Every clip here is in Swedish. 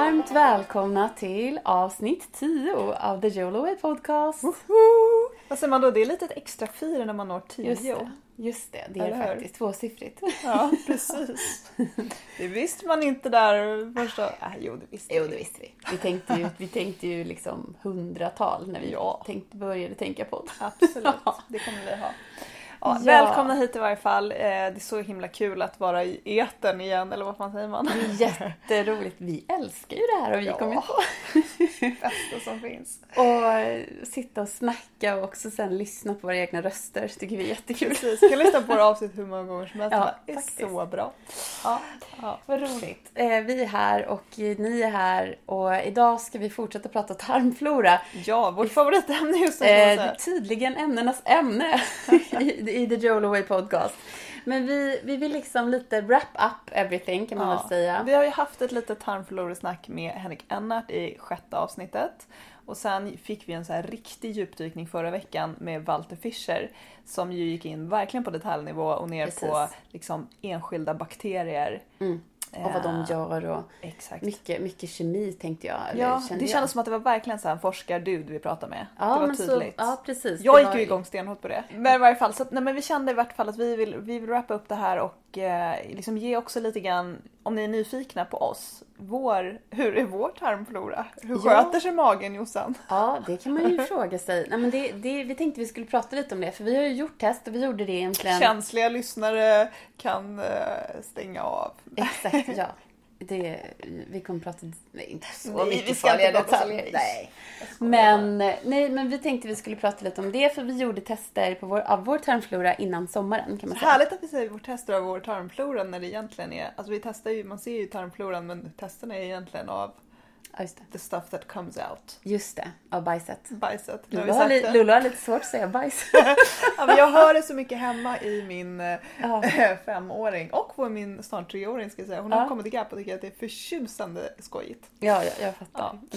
Varmt välkomna till avsnitt 10 av The YOLO Podcast. Vad säger man då? Det är lite ett extra fir när man når 10. Just det. Det är faktiskt tvåsiffrigt. Ja, precis. Det visste man inte där första... Jo, det visste vi. Vi tänkte ju liksom 100-tal när vi började tänka på det. Absolut, det kommer vi ha. Ja, välkomna hit i varje fall. Det är så himla kul att vara i etern igen, eller vad fan säger man? Det är jätteroligt. Vi älskar ju det här och vi kommer på. Bästa som finns. Och sitta och snacka och också sen lyssna på våra egna röster. Det tycker vi är jättekul. Precis, jag kan lyssna på våra avsnitt hur många gånger som helst. Ja, det är faktiskt. Så bra. Ja, vad roligt. Vi är här och ni är här och idag ska vi fortsätta prata tarmflora. Ja, vårt favoritämne just nu. Tydligen ämnenas ämne i The YOLO Podcast. Men vi vill liksom lite wrap up everything kan man väl säga. Vi har ju haft ett litet tarmflora-snack med Henrik Ennart i 6:e avsnittet. Och sen fick vi en så här riktig djupdykning förra veckan med Walter Fischer. Som ju gick in verkligen på detaljnivå och ner på liksom enskilda bakterier. Och vad de gör och exakt. Mycket kemi tänkte jag. Ja, det kändes som att det var verkligen så här en forskardude vi pratade med. Ja, det var men tydligt. Ja, precis. Jag gick ju igång stenhårt på det. Men i varje fall, men vi kände i vart fall att vi vill wrappa upp det här och liksom ge också lite grann, om ni är nyfikna på oss, hur är vår tarmflora? Hur sköter sig magen, Jossan? Ja, det kan man ju fråga sig. Nej, men vi tänkte vi skulle prata lite om det, för vi har ju gjort test och vi gjorde det egentligen. Känsliga lyssnare kan stänga av. Exakt, ja. Vi kommer prata inte så mycket vi ska inte detaljer. Men vi tänkte vi skulle prata lite om det, för vi gjorde tester av vår tarmflora innan sommaren kan man säga. Härligt att vi säger vårt tester av vår tarmflora när det egentligen är, alltså vi testar ju, man ser ju tarmfloran men testerna är egentligen av the stuff that comes out. Just det, av bajset. Lulu har lite svårt att säga bajs. Ja, men jag hör det så mycket hemma i min 5-åring och på min snart 3-åring ska jag säga. Hon har kommit ikapp och tycker att det är förtjusande skojigt. Ja, jag fattar. Ja.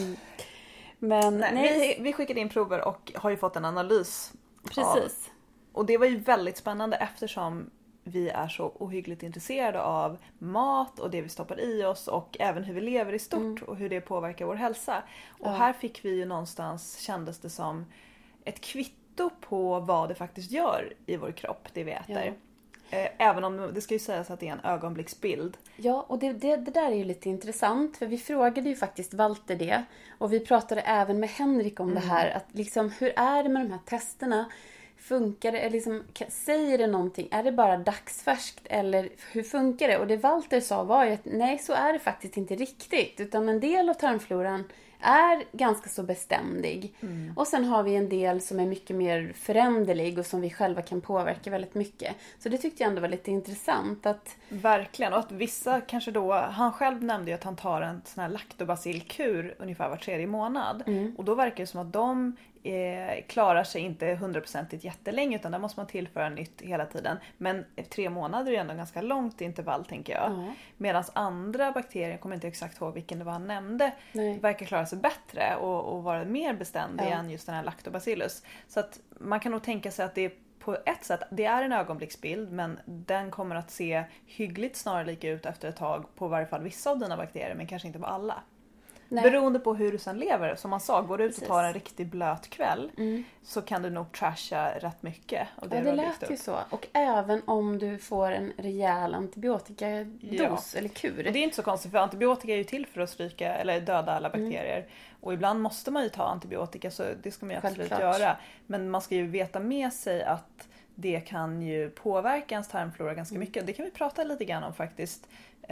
Men vi skickade in prover och har ju fått en analys. Precis. Och det var ju väldigt spännande eftersom vi är så ohyggligt intresserade av mat och det vi stoppar i oss och även hur vi lever i stort och hur det påverkar vår hälsa. Och här fick vi ju någonstans, kändes det som ett kvitto på vad det faktiskt gör i vår kropp, det vi äter. Även om det ska ju sägas att det är en ögonblicksbild. Ja, och det där är ju lite intressant. För vi frågade ju faktiskt Walter det. Och vi pratade även med Henrik om det här. Att liksom, hur är det med de här testerna? Funkar det? Liksom, säger det någonting? Är det bara dagsfärskt? Eller hur funkar det? Och det Walter sa var ju att nej, så är det faktiskt inte riktigt. Utan en del av tarmfloran är ganska så beständig. Och sen har vi en del som är mycket mer föränderlig och som vi själva kan påverka väldigt mycket. Så det tyckte jag ändå var lite intressant. Verkligen, och att vissa kanske då, han själv nämnde ju att han tar en sån här laktobacillkur ungefär var 3:e månad. Och då verkar det som att de klarar sig inte 100% jättelänge utan där måste man tillföra nytt hela tiden. Men 3 månader är ju ändå ganska långt intervall tänker jag. Medan andra bakterier, jag kommer inte exakt ihåg vilken det var han nämnde, verkar klara sig bättre och vara mer beständig än just den här lactobacillus. Så att man kan nog tänka sig att det är på ett sätt, det är en ögonblicksbild men den kommer att se hyggligt snarlik ut efter ett tag på varje fall vissa av dina bakterier men kanske inte på alla. Nej. Beroende på hur du sen lever. Som man sa, går du ut och tar en riktigt blöt kväll så kan du nog trasha rätt mycket av det du har byggt upp. Ju så. Och även om du får en rejäl antibiotikados eller kur. Och det är inte så konstigt för antibiotika är ju till för att stryka eller döda alla bakterier. Och ibland måste man ju ta antibiotika så det ska man ju absolut göra. Men man ska ju veta med sig att det kan ju påverka ens tarmflora ganska mycket. Det kan vi prata lite grann om faktiskt.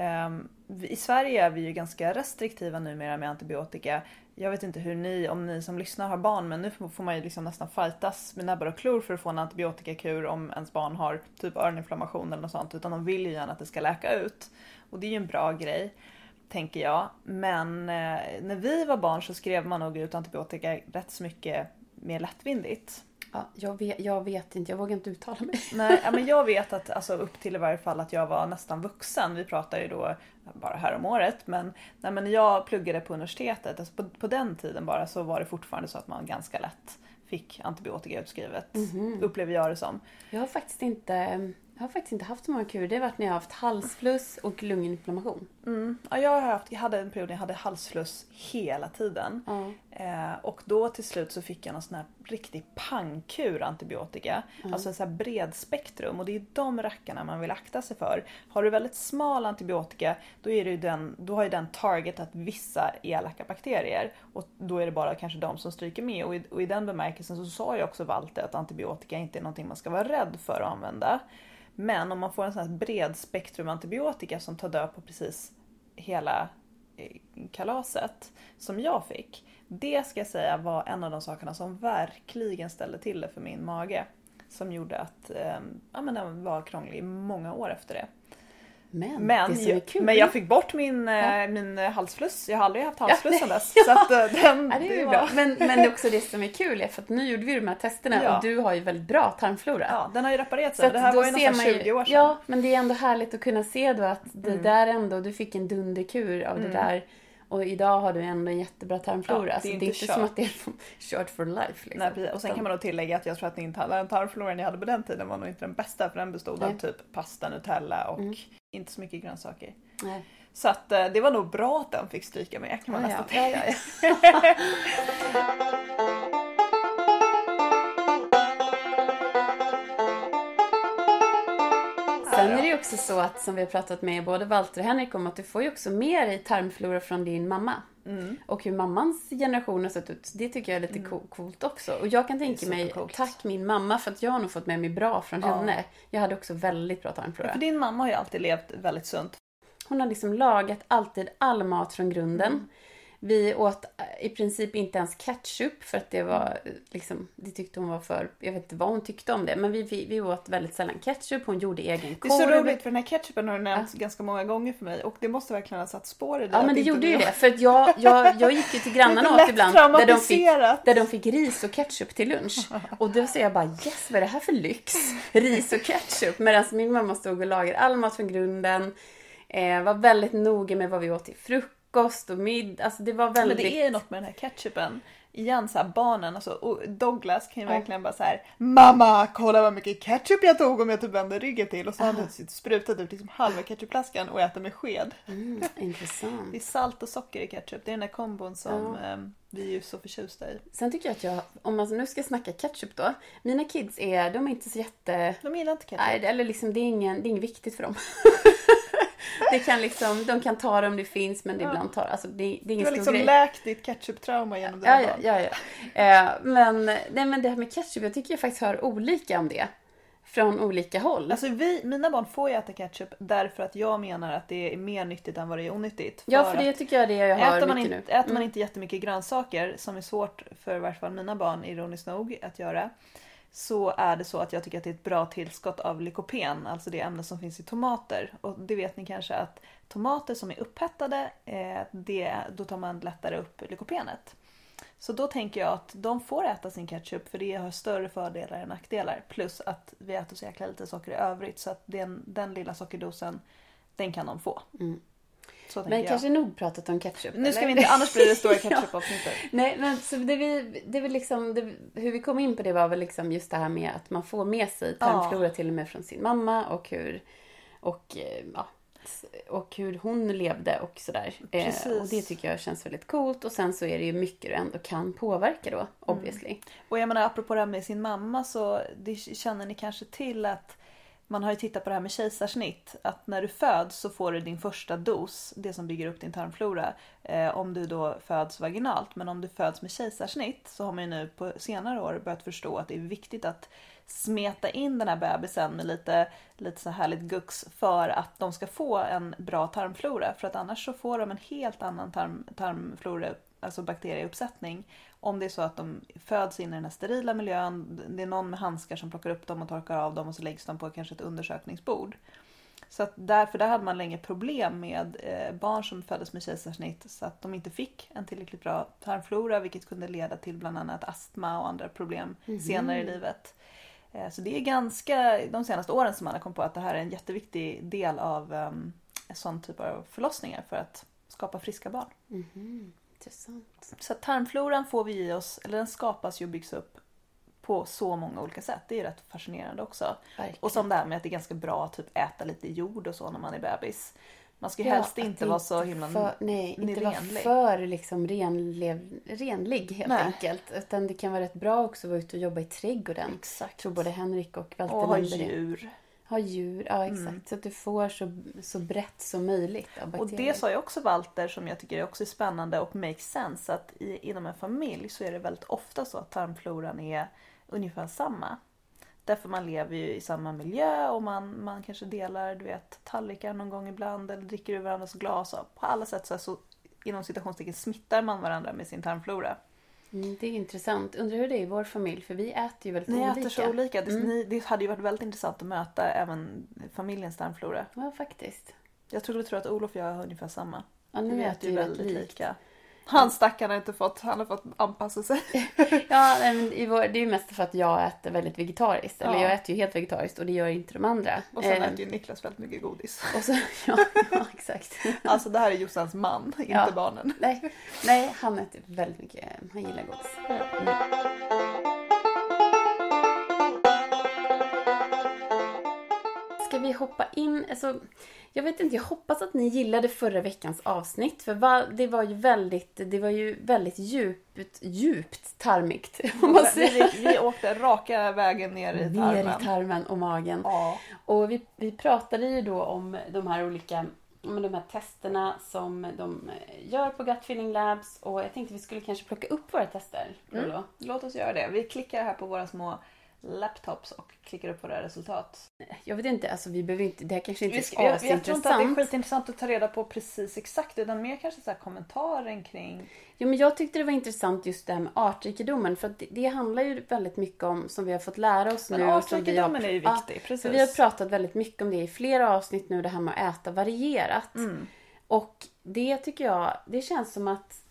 I Sverige är vi ju ganska restriktiva numera med antibiotika. Jag vet inte om ni som lyssnar har barn, men nu får man ju liksom nästan fightas med näbbar och klor för att få en antibiotikakur om ens barn har typ öroninflammation eller något sånt. Utan de vill ju gärna att det ska läka ut. Och det är ju en bra grej, tänker jag. Men när vi var barn så skrev man nog ut antibiotika rätt så mycket mer lättvindigt. Ja, jag vet inte, jag vågar inte uttala mig. Nej, men jag vet att alltså, upp till i varje fall att jag var nästan vuxen. Vi pratar ju då bara här om året. Men när jag pluggade på universitetet, alltså på den tiden bara, så var det fortfarande så att man ganska lätt fick antibiotika utskrivet. Upplever jag det som. Jag har faktiskt inte Jag har faktiskt inte haft så många kurer. Det har varit när jag har haft halsfluss och lunginflammation. Ja, jag hade en period när jag hade halsfluss hela tiden. Och då till slut så fick jag någon sån här riktig pangkur antibiotika. Alltså en sån här bred spektrum. Och det är de rackarna man vill akta sig för. Har du väldigt smal antibiotika, då har ju den target att vissa elaka bakterier. Och då är det bara kanske de som stryker med. Och i den bemärkelsen så sa jag också Walter att antibiotika inte är någonting man ska vara rädd för att använda. Men om man får en sån här bred spektrum antibiotika som tar död på precis hela kalaset som jag fick. Det ska jag säga var en av de sakerna som verkligen ställde till det för min mage. Som gjorde att den var krånglig i många år efter det. Men det som är kul. Men jag fick bort min halsfluss. Jag har aldrig haft halsfluss sedan dess. Så att, det är bra. Men det är också det som är kul. För att nu gjorde vi de här testerna och du har ju väldigt bra tarmflora. Ja, den har ju reparerat sig. Det här var ju nästan 20 år sedan. Ja, men det är ändå härligt att kunna se då att det där ändå, du fick en dunderkur av det där. Och idag har du ändå en jättebra tarmflora. Det är inte som att det är kört for life. Liksom. Nej, precis. Och sen kan man då tillägga att jag tror att den tarmfloran jag hade på den tiden var nog inte den bästa. För den bestod av typ pasta, Nutella och inte så mycket grönsaker. Nej. Så att det var nog bra att den fick stryka med, kan man nästan säga. Sen är det ju också så att, som vi har pratat med både Walter och Henrik om, att du får ju också med dig tarmflora från din mamma. Och hur mammans generation har sett ut, det tycker jag är lite coolt också. Och jag kan tänka mig, tack min mamma, för att jag har nog fått med mig bra från henne. Jag hade också väldigt bra tarmflora. Ja, för din mamma har ju alltid levt väldigt sunt. Hon har liksom lagat alltid all mat från grunden. Vi åt i princip inte ens ketchup för att det var liksom, det tyckte hon var för, jag vet inte vad hon tyckte om det, men vi åt väldigt sällan ketchup. Hon gjorde egen korv. Det är så roligt, för den här ketchupen har du nämnt ganska många gånger för mig, och det måste verkligen ha satt spår i det. Ja, men det gjorde ju det, för att jag gick ju till grannarna åt ibland där de fick ris och ketchup till lunch. Och då säger jag bara, yes, vad är det här för lyx? Ris och ketchup. Medan min mamma stod och lagade all mat från grunden, var väldigt noga med vad vi åt till frukost och middag. Alltså det var väldigt... Men det är något med den här ketchupen. Igen så här, barnen, alltså, och Douglas kan ju verkligen bara så här: mamma, kolla vad mycket ketchup jag tog om jag typ vände ryggen till. Och så hade han sprutat ut liksom halva ketchupflaskan och äter med sked. Intressant. Det är salt och socker i ketchup. Det är den där kombon som vi är ju så förtjusta i. Sen tycker jag att om man nu ska snacka ketchup då. Mina kids de är inte så jätte... De gillar inte ketchup. Nej, eller liksom, det är inget viktigt för dem. Det kan liksom, de kan ta det om det finns, men det ibland tar, alltså det är ingen stor grej. Du har liksom läkt ditt ketchup-trauma genom dina barn. Ja. Men det här med ketchup, jag tycker jag faktiskt hör olika om det. Från olika håll. Alltså mina barn får ju äta ketchup därför att jag menar att det är mer nyttigt än vad det är onyttigt. För det tycker jag jag hör mycket nu. Äter man inte jättemycket grönsaker, som är svårt för i varje fall mina barn, ironiskt nog, att göra, så är det så att jag tycker att det är ett bra tillskott av lykopen, alltså det ämne som finns i tomater. Och det vet ni kanske att tomater som är upphettade, då tar man lättare upp lykopenet. Så då tänker jag att de får äta sin ketchup, för det har större fördelar än nackdelar. Plus att vi äter så jäkla lite socker i övrigt, så att den lilla sockerdosen, den kan de få. Men kanske nog pratat om ketchup. Nu ska vi inte, annars blir det stora ketchup-avsnittet. Nej, men så hur vi kom in på det var väl liksom just det här med att man får med sig tarmflora till och med från sin mamma, och hur hon levde och sådär. Och det tycker jag känns väldigt coolt. Och sen så är det ju mycket du ändå kan påverka då, obviously. Och jag menar, apropå det här med sin mamma, så det känner ni kanske till att man har ju tittat på det här med kejsarsnitt. Att när du föds så får du din första dos, det som bygger upp din tarmflora, om du då föds vaginalt. Men om du föds med kejsarsnitt så har man ju nu på senare år börjat förstå att det är viktigt att smeta in den här bebisen med lite så härligt gux för att de ska få en bra tarmflora. För att annars så får de en helt annan tarmflora, alltså bakterieuppsättning, om det är så att de föds in i den här sterila miljön. Det är någon med handskar som plockar upp dem och torkar av dem, och så läggs de på kanske ett undersökningsbord. Så att där hade man länge problem med barn som föddes med kejsarsnitt, så att de inte fick en tillräckligt bra tarmflora, vilket kunde leda till bland annat astma och andra problem senare i livet. Så det är ganska de senaste åren som man har kommit på att det här är en jätteviktig del av en sån typ av förlossningar för att skapa friska barn. Intressant. Så tarmfloran får vi i oss, eller den skapas ju och byggs upp på så många olika sätt. Det är ju rätt fascinerande också. Verkligen. Och som det här med att det är ganska bra att typ äta lite jord och så när man är bebis. Man ska ju helst inte vara så himla inte vara för liksom renlig helt enkelt. Utan det kan vara rätt bra också att vara ute och jobba i trädgården. Exakt. Jag tror både Henrik och Walter och ha nämnde det. djur. Ha djur, ja exakt. Så att du får så brett som möjligt av bakterier. Och det sa ju också Walter, som jag tycker är också spännande och makes sense, att inom en familj så är det väldigt ofta så att tarmfloran är ungefär samma. Därför man lever ju i samma miljö och man kanske delar, du vet, tallrikar någon gång ibland eller dricker ur varandras glas. Och på alla sätt så inom citationstecken smittar man varandra med sin tarmflora. Det är intressant. Undrar hur det är i vår familj, för vi äter ju väldigt olika. Ni äter så olika. Det hade ju varit väldigt intressant att möta även familjens tarmflora. Ja, faktiskt. Jag tror att Olof och jag har ungefär samma. Ja, nu äter ju väldigt lika. Han stackaren har fått anpassa sig. Ja, men det är ju mest för att jag äter väldigt vegetariskt. Eller jag äter ju helt vegetariskt och det gör inte de andra. Och sen äter ju Niklas väldigt mycket godis. Och så, ja, exakt. Alltså det här är Jossans man, inte barnen. Nej, han äter väldigt mycket. Han gillar godis. Ska vi hoppa in? Alltså, jag vet inte, jag hoppas att ni gillade förra veckans avsnitt. För det var ju väldigt djupt tarmigt. Vi åkte raka vägen ner i tarmen. Ner i tarmen och magen. Ja. Och vi pratade ju då om de här testerna som de gör på Gut Feeling Labs. Och jag tänkte vi skulle kanske plocka upp våra tester. Låt oss göra det. Vi klickar här på våra små laptops och klickar upp våra resultat. Jag vet inte, alltså vi behöver inte, det här kanske inte är asintressant. Jag tror inte att det är skitintressant att ta reda på precis exakt, utan mer kanske så här kommentaren kring. Jo, men jag tyckte det var intressant just det här med artrikedomen, för att det handlar ju väldigt mycket om, som vi har fått lära oss nu. Men artrikedomen är ju viktig, precis. För vi har pratat väldigt mycket om det i flera avsnitt nu, det här med att äta varierat. Och det tycker jag, det känns som att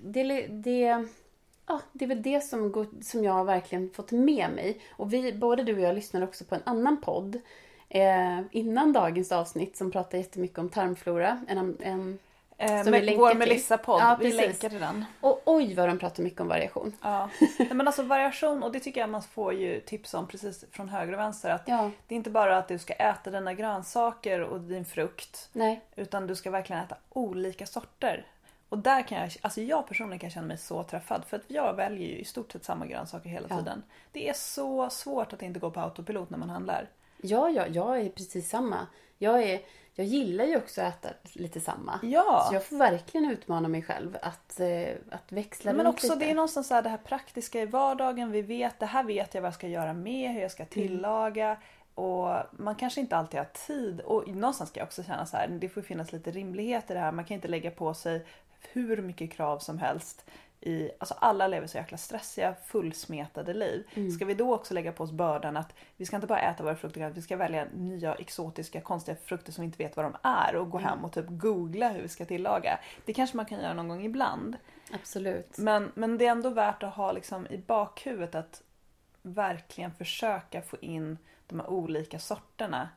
det är väl det som jag har verkligen fått med mig. Och både du och jag lyssnade också på en annan podd innan dagens avsnitt som pratar jättemycket om tarmflora. Vår Melissa-podd, ja, vi länkar till den. Och oj vad de pratar mycket om variation. Ja, men alltså variation, och det tycker jag man får ju tips om precis från höger och vänster. Att det är inte bara att du ska äta dina grönsaker och din frukt. Nej. Utan du ska verkligen äta olika sorter. Och där kan jag personligen kan känna mig så träffad. För att jag väljer ju i stort sett samma grönsaker hela tiden. Det är så svårt att inte gå på autopilot när man handlar. Ja, jag är precis samma. Jag gillar ju också att äta lite samma. Ja. Så jag får verkligen utmana mig själv att växla. Men också lite. Det är någonstans så här, det här praktiska i vardagen. Det här vet jag vad jag ska göra med, hur jag ska tillaga. Och man kanske inte alltid har tid. Och någonstans ska jag också känna så här, det får finnas lite rimlighet i det här. Man kan inte lägga på sig hur mycket krav som helst. Alltså alla lever så jäkla stressiga, fullsmetade liv. Ska vi då också lägga på oss bördan att vi ska inte bara äta våra frukter, vi ska välja nya exotiska konstiga frukter som vi inte vet vad de är och gå hem och typ googla hur vi ska tillaga. Det kanske man kan göra någon gång ibland. Absolut. Men det är ändå värt att ha liksom i bakhuvudet att verkligen försöka få in de här olika sorterna.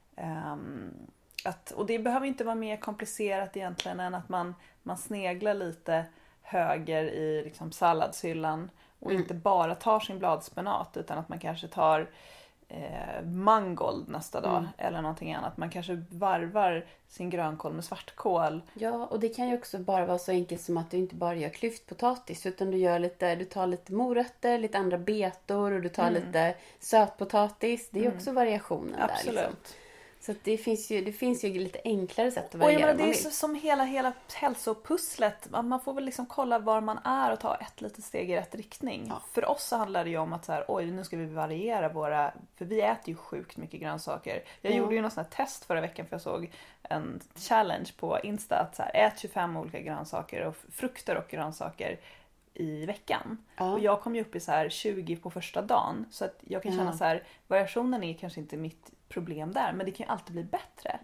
Och det behöver inte vara mer komplicerat egentligen än att man sneglar lite höger i liksom salladshyllan och inte bara tar sin bladspenat, utan att man kanske tar mangold nästa dag eller någonting annat. Man kanske varvar sin grönkål med svartkål. Ja, och det kan ju också bara vara så enkelt som att du inte bara gör klyftpotatis, utan du tar lite morötter, lite andra betor och du tar lite sötpotatis. Det är också variationen. Absolut. Där liksom. Så att det finns ju lite enklare sätt att variera. Och det är som hela hälsopusslet. Man får väl liksom kolla var man är och ta ett litet steg i rätt riktning. Ja. För oss så handlar det ju om att så här, nu ska vi variera för vi äter ju sjukt mycket grönsaker. Jag gjorde ju något sånt här test förra veckan, för jag såg en challenge på Insta att så här, ät 25 olika grönsaker och frukter och grönsaker i veckan. Ja. Och jag kom ju upp i så här 20 på första dagen. Så att jag kan känna så här, variationen är kanske inte mitt problem där, men det kan ju alltid bli bättre.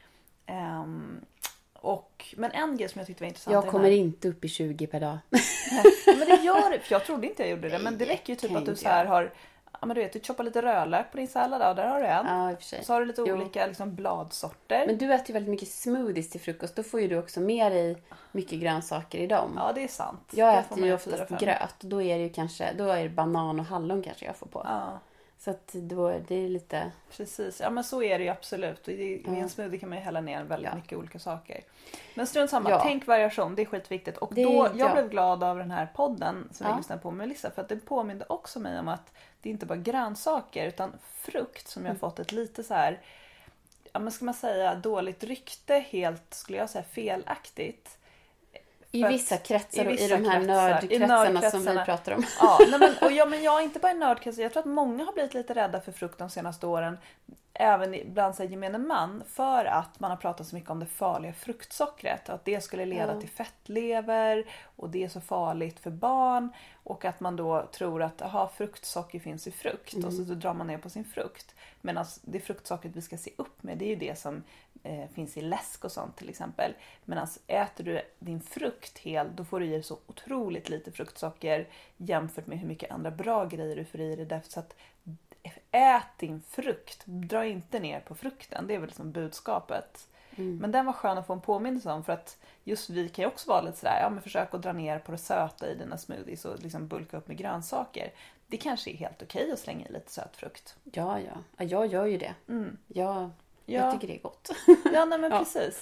Men en grej som jag tyckte var intressant. Jag kommer inte upp i 20 per dag. Men det gör det, för jag trodde inte jag gjorde det. Men det räcker ju typ att du så här har Ja, men du vet, du choppar lite rödlök på din sallad och där har du en. Ja, i och för sig. Så har du lite olika liksom, bladsorter. Men du äter ju väldigt mycket smoothies till frukost. Då får ju du också med dig mycket grönsaker i dem. Ja, det är sant. Jag äter ju oftast gröt. Då är det ju kanske, då är det banan och hallon kanske jag får på. Ja. Så att då, det är lite... Precis, ja men så är det ju absolut. I en smoothie kan man ju hälla ner väldigt mycket olika saker. Men strunt samma, tänk variation, det är skitviktigt. Och då, jag blev glad av den här podden som vi lyssnade på med Melissa. För att det påminde också mig om att det inte bara är grönsaker utan frukt som jag har fått ett lite så här, ja men ska man säga dåligt rykte, helt skulle jag säga felaktigt. I vissa kretsar och i de här nördkretsarna som vi pratar om. Ja, men jag är inte bara i nördkretsar. Jag tror att många har blivit lite rädda för frukt de senaste åren. Även bland sig gemene man. För att man har pratat så mycket om det farliga fruktsockret. Att det skulle leda till fettlever. Och det är så farligt för barn. Och att man då tror att fruktsocker finns i frukt. Och så drar man ner på sin frukt. Men alltså, det fruktsockret vi ska se upp med, det är ju det som finns i läsk och sånt till exempel. Men alltså, äter du din frukt hel, då får du i så otroligt lite fruktsocker jämfört med hur mycket andra bra grejer du får i dig. Därför att ät din frukt, dra inte ner på frukten. Det är väl liksom budskapet. Men den var skön att få en påminnelse om, för att just vi kan ju också vara lite sådär, men försök att dra ner på det söta i dina smoothies och liksom bulka upp med grönsaker. Det kanske är helt okej att slänga i lite söt frukt. Ja, jag gör ju det. Jag tycker det är gott. Ja, nej men precis.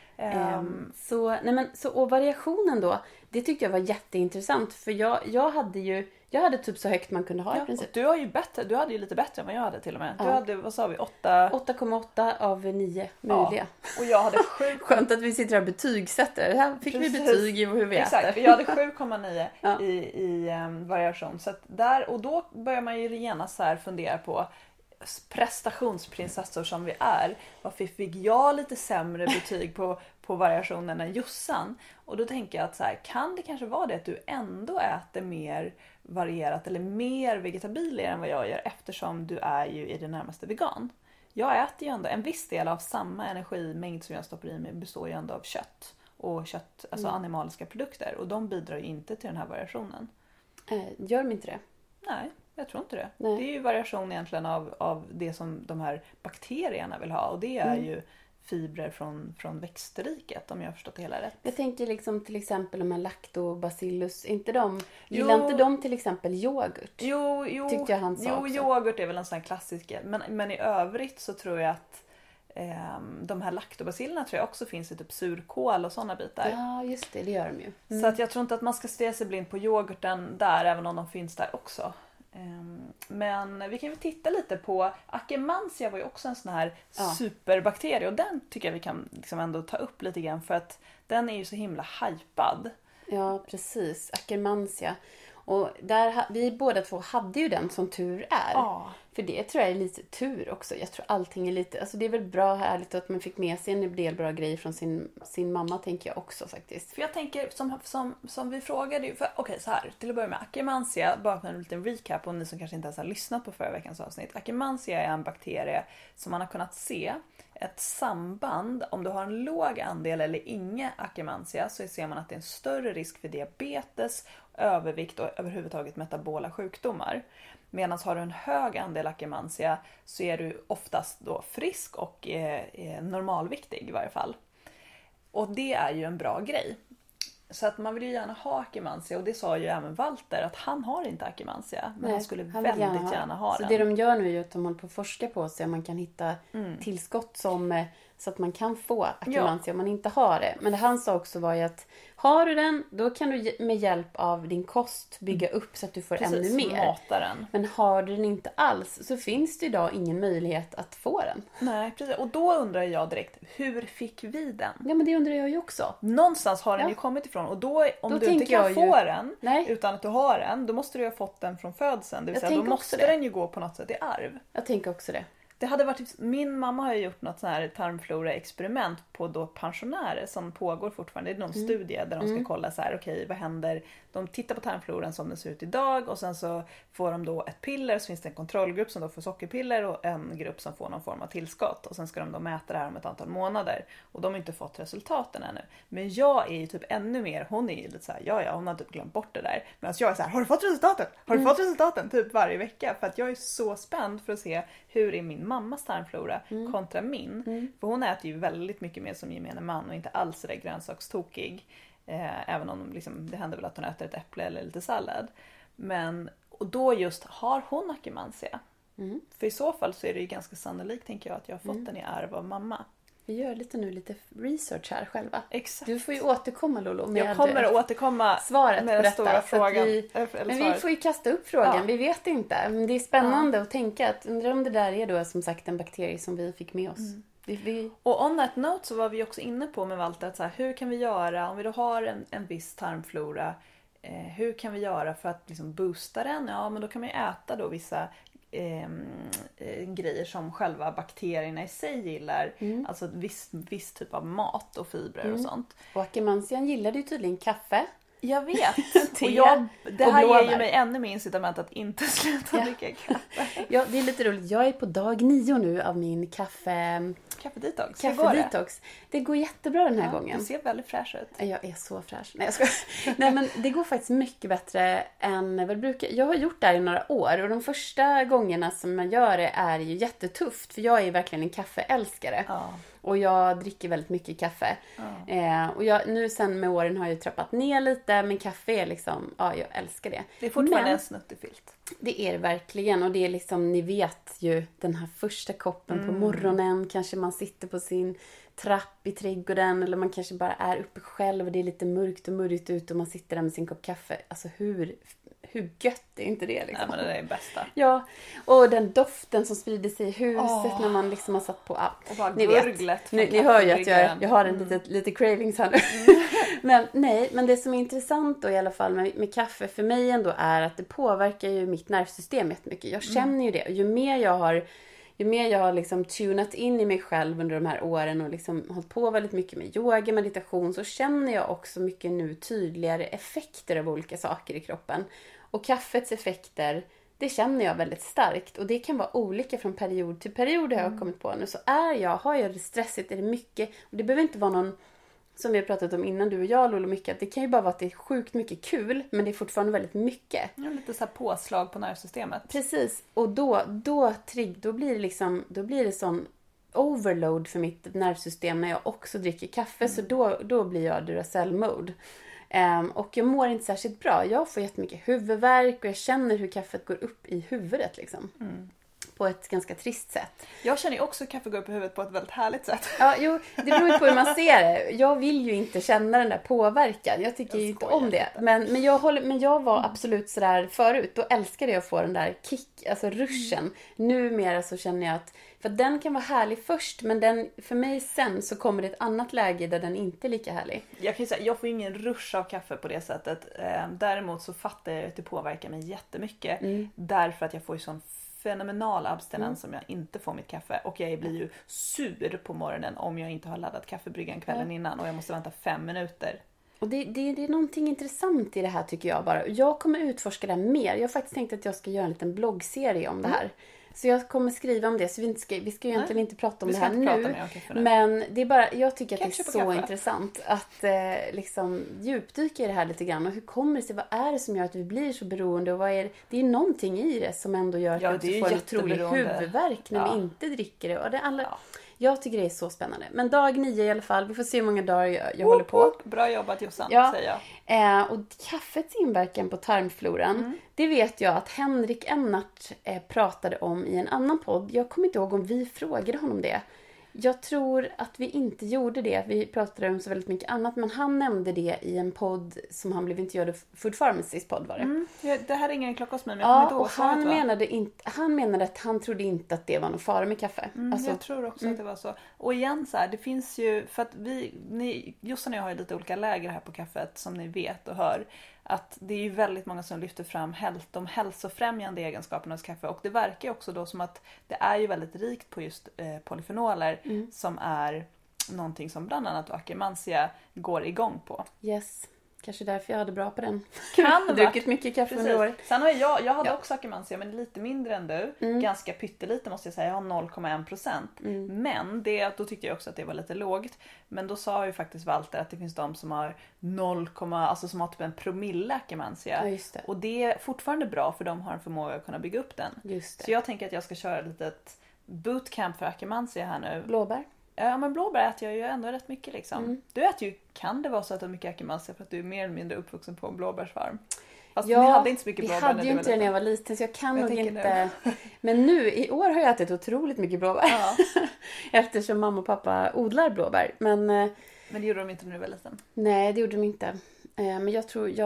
Och variationen då, det tyckte jag var jätteintressant. För jag hade typ så högt man kunde ha i princip. Du hade ju lite bättre än vad jag hade till och med. Du hade, vad sa vi, 8,8 av 9 möjliga. Och jag hade 7. Skönt att vi sitter här och betygsätter. Här fick vi betyg i hur vi äter. Exakt, jag hade 7,9 i variation. Så att och då börjar man ju genast så här fundera på prestationsprinsessor som vi är. Varför fick jag lite sämre betyg på variationen än Jossan? Och då tänker jag att så här, kan det kanske vara det att du ändå äter mer varierat eller mer vegetabilier än vad jag gör, eftersom du är ju i det närmaste vegan. Jag äter ju ändå en viss del av samma energimängd som jag stoppar i mig, består ju ändå av kött och alltså animaliska produkter, och de bidrar ju inte till den här variationen. Gör de inte det? Nej, jag tror inte det. Nej. Det är ju variation egentligen av det som de här bakterierna vill ha, och det är ju fibrer från växtriket, om jag har förstått det hela rätt. Jag tänker liksom till exempel de här lactobacillus, gillar inte de till exempel yoghurt? Jo, tyckte jag han sa också. Yoghurt är väl en sån här klassiker, men i övrigt så tror jag att de här laktobacillerna tror jag också finns i typ surkål och sådana bitar. Ja, just det gör de ju. Så att jag tror inte att man ska stirra sig blind på yoghurten där, även om de finns där också. Men vi kan ju titta lite på Akkermansia, var ju också en sån här superbakterie, och den tycker jag vi kan liksom ändå ta upp lite grann, för att den är ju så himla hypad. Ja, precis. Akkermansia. Och vi båda två hade ju den, som tur är. Ja. För det tror jag är lite tur också. Jag tror allting är lite... Alltså det är väl bra härligt att man fick med sig en del bra grejer från sin mamma, tänker jag också faktiskt. För jag tänker, som vi frågade... Okej, så här. Till att börja med Akkermansia, bara en liten recap, och ni som kanske inte ens har lyssnat på förra veckans avsnitt. Akkermansia är en bakterie som man har kunnat se ett samband. Om du har en låg andel eller ingen Akkermansia, så ser man att det är en större risk för diabetes, övervikt och överhuvudtaget metabola sjukdomar. Medan har du en hög andel Akkermansia så är du oftast då frisk och normalviktig i varje fall. Och det är ju en bra grej. Så att man vill ju gärna ha Akkermansia, och det sa ju även Walter att han har inte Akkermansia, men han skulle väldigt gärna ha den. Så det de gör nu är att de håller på att forska på sig om man kan hitta tillskott så att man kan få Akkermansia om man inte har det. Men det han sa också var ju att har du den, då kan du med hjälp av din kost bygga upp så att du får ännu mer. Mata den. Men har du den inte alls, så finns det idag ingen möjlighet att få den. Nej, precis. Och då undrar jag direkt, hur fick vi den? Ja, men det undrar jag ju också. Någonstans har den ju kommit ifrån. Och då om du inte kan få den utan att du har den, då måste du ha fått den från födseln. Det vill säga, då måste den ju gå på något sätt i arv. Jag tänker också det. Det hade varit, min mamma har ju gjort något sån här tarmflora-experiment på då pensionärer som pågår fortfarande. Det är någon studie där de ska kolla så här, okej, vad händer? De tittar på tarmfloran som den ser ut idag och sen så får de då ett piller, så finns det en kontrollgrupp som då får sockerpiller och en grupp som får någon form av tillskott. Och sen ska de då mäta det här om ett antal månader. Och de har inte fått resultaten ännu. Men jag är ju typ ännu mer, hon är ju lite så här, ja, hon har typ glömt bort det där. Men jag är så här, har du fått resultaten? Har du fått resultaten? Typ varje vecka. För att jag är så spänd för att se hur är min mammas tarmflora kontra min. För hon äter ju väldigt mycket mer som gemene man och inte alls är där grönsakstokig. Även om liksom, det händer väl att hon äter ett äpple eller lite sallad. Men, och då just, har hon akkermansia? För i så fall så är det ju ganska sannolikt, tänker jag, att jag har fått den i arv av mamma. Vi gör lite research här själva. Exakt. Du får ju återkomma, Lolo, med jag kommer att återkomma svaret med på den stora frågan. Men vi får ju kasta upp frågan, Ja. vi vet inte. Men det är spännande att tänka att undrar om det där är då som sagt en bakterie som vi fick med oss. Och on that note så var vi också inne på med Walter att så här, hur kan vi göra om vi då har en viss tarmflora, hur kan vi göra för att liksom boosta den? Ja, men då kan man ju äta då vissa grejer som själva bakterierna i sig gillar. Alltså viss typ av mat och fibrer och sånt. Och akkermansian gillade ju tydligen kaffe. Jag vet. Te och det här blåbär. ger ju mig ännu mer incitament att inte sluta dricka kaffe. Ja, det är lite roligt. Jag är på dag 9 nu av min Kaffedetox. kaffedetox. Det går jättebra den här gången. Du ser väldigt fräsch ut. Jag är så fräsch. Nej, jag skojar. Nej, men det går faktiskt mycket bättre än vad det brukar. Jag har gjort det här i några år och de första gångerna som man gör det är ju jättetufft. För jag är verkligen en kaffeälskare. Ja. Och jag dricker väldigt mycket kaffe. Och nu sen med åren har jag trappat ner lite. Men kaffe är liksom, jag älskar det. Det är fortfarande en snuttefilt. Det är det verkligen. Och det är liksom, ni vet ju, den här första koppen på morgonen. Kanske man sitter på sin trapp i trädgården. Eller man kanske bara är uppe själv och det är lite mörkt och murrigt ut. Och man sitter där med sin kopp kaffe. Alltså hur gött är inte det liksom? Nej, men det är det bästa. Ja, och den doften som sprider sig i huset när man liksom har satt på. Och bara ni gurglet. Ni hör ju att jag har en lite cravings här nu. men det som är intressant då i alla fall med kaffe för mig ändå är att det påverkar ju mitt nervsystem jättemycket. Jag känner ju det. Och ju mer jag har liksom tunat in i mig själv under de här åren och liksom hållit på väldigt mycket med yoga, meditation, så känner jag också mycket nu tydligare effekter av olika saker i kroppen. Och kaffets effekter, det känner jag väldigt starkt. Och det kan vara olika från period till period har jag kommit på nu. Så har jag det stressigt, är det mycket. Och det behöver inte vara någon, som vi har pratat om innan du och jag, Lolo, mycket. Att det kan ju bara vara att det är sjukt mycket kul, men det är fortfarande väldigt mycket. Ja, lite så här påslag på nervsystemet. Precis, och då blir det sån overload för mitt nervsystem när jag också dricker kaffe. Så då blir jag Duracell-mode. Och jag mår inte särskilt bra. Jag får jättemycket huvudvärk och jag känner hur kaffet går upp i huvudet liksom. På ett ganska trist sätt. Jag känner ju också kaffe går upp i huvudet på ett väldigt härligt sätt. Ja, jo, det beror ju på hur man ser det. Jag vill ju inte känna den där påverkan. Jag tycker ju inte om det. Men jag var absolut sådär förut. Då älskade jag att få den där alltså ruschen. Numera så känner jag att, för den kan vara härlig först, men för mig sen så kommer det ett annat läge där den inte är lika härlig. Jag kan ju säga, jag får ingen rush av kaffe på det sättet. Däremot så fattar jag att det påverkar mig jättemycket. Därför att jag får ju sån fenomenal abstinens om jag inte får mitt kaffe. Och jag blir ju sur på morgonen om jag inte har laddat kaffebryggan kvällen innan. Och jag måste vänta 5 minuter. Och det är någonting intressant i det här tycker jag bara. Jag kommer utforska det här mer. Jag har faktiskt tänkt att jag ska göra en liten bloggserie om det här. Så jag kommer skriva om det. Så vi ska ju egentligen inte prata om det här nu. Men det är bara, jag tycker att det är så intressant att liksom djupdyka i det här lite grann. Och hur kommer det sig? Vad är det som gör att vi blir så beroende? Och det är någonting i det som ändå gör att vi får en otrolig huvudvärk när vi inte dricker det. Och jag tycker det är så spännande. Men dag 9 i alla fall. Vi får se hur många dagar jag håller på. Bra jobbat Jossan, säger jag. Och kaffets inverkan på tarmfloran. Det vet jag att Henrik Ennart pratade om i en annan podd. Jag kommer inte ihåg om vi frågade honom det. Jag tror att vi inte gjorde det. Vi pratade om så väldigt mycket annat. Men han nämnde det i en podd som han blev intervjuad i Food Pharmacys podd var det. Ja, det här är ingen klocka hos mig. Men jag kommer inte ihåg han menade att han trodde inte att det var någon fara med kaffe. Jag tror också att det var så. Och igen så här, det finns ju, för att Jossan och jag har ju lite olika läger här på kaffet som ni vet och hör. att det är ju väldigt många som lyfter fram de hälsofrämjande egenskaperna hos kaffe. Och det verkar ju också då som att det är ju väldigt rikt på just polyfenoler som är någonting som bland annat Akkermansia går igång på. Yes. Kanske därför jag hade bra på den. Kan det druckit mycket kaffe under år. Sen har jag hade också Akkermansia, men lite mindre än du. Ganska pyttelite måste jag säga. Jag har 0,1%. Men då tyckte jag också att det var lite lågt. Men då sa ju faktiskt Walter att det finns de som har 0, alltså som har typ en promille Akkermansia. Ja, just det. Och det är fortfarande bra för de har en förmåga att kunna bygga upp den. Just det. Så jag tänker att jag ska köra ett litet bootcamp för Akkermansia här nu. Blåbär. Ja, men blåbär äter jag ju ändå rätt mycket liksom. Du äter ju, kan det vara så att du har mycket Akkermansia för att du är mer eller mindre uppvuxen på en blåbärsfarm? Fast ni hade inte så mycket blåbär. Vi hade ju inte det när jag var liten, så jag kan nog inte. Nu. Men nu i år har jag ätit otroligt mycket blåbär. Ja. Eftersom mamma och pappa odlar blåbär. Men det gjorde de inte när du var liten? Nej, det gjorde de inte. Men jag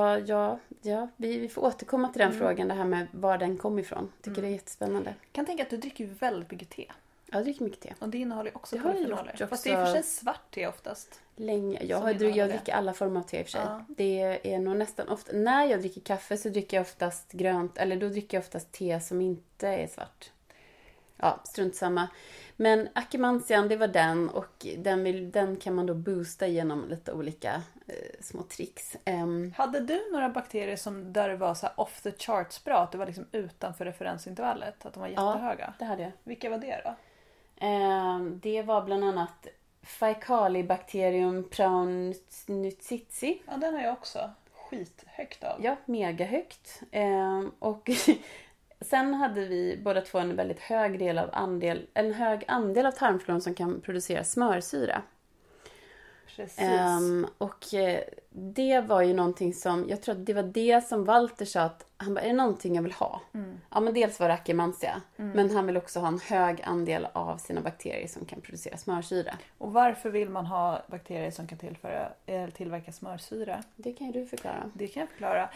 tror, vi får återkomma till den frågan, det här med var den kom ifrån. Tycker det är jättespännande. Jag kan tänka att du dricker väldigt mycket te. Jag dricker mycket te. Och det innehåller ju också polyfenoler. Fast det är i och för sig svart te oftast. Länge. Jag dricker alla former av te i och för sig. Ja. Det är nog nästan ofta. När jag dricker kaffe så dricker jag oftast grönt. Eller då dricker jag oftast te som inte är svart. Ja, strunt samma. Men Akkermansian, det var den. Och den kan man då boosta genom lite olika små tricks. Hade du några bakterier där det var så här off the charts bra? Att det var liksom utanför referensintervallet? Att de var jättehöga? Ja, det hade jag. Vilka var det då? Det var bland annat Faecalibacterium praunitsitsi. Ja, den har jag också. Skithögt av. Ja, mega högt. Och sen hade vi båda två en väldigt hög andel av tarmfloran som kan producera smörsyra. Precis. Och det var ju någonting som, jag tror att det var det som Walter sa att han bara, är det någonting jag vill ha? Ja, men dels var det Akkermansia, men han vill också ha en hög andel av sina bakterier som kan producera smörsyra. Och varför vill man ha bakterier som kan tillverka smörsyra? Det kan ju du förklara. Det kan jag förklara.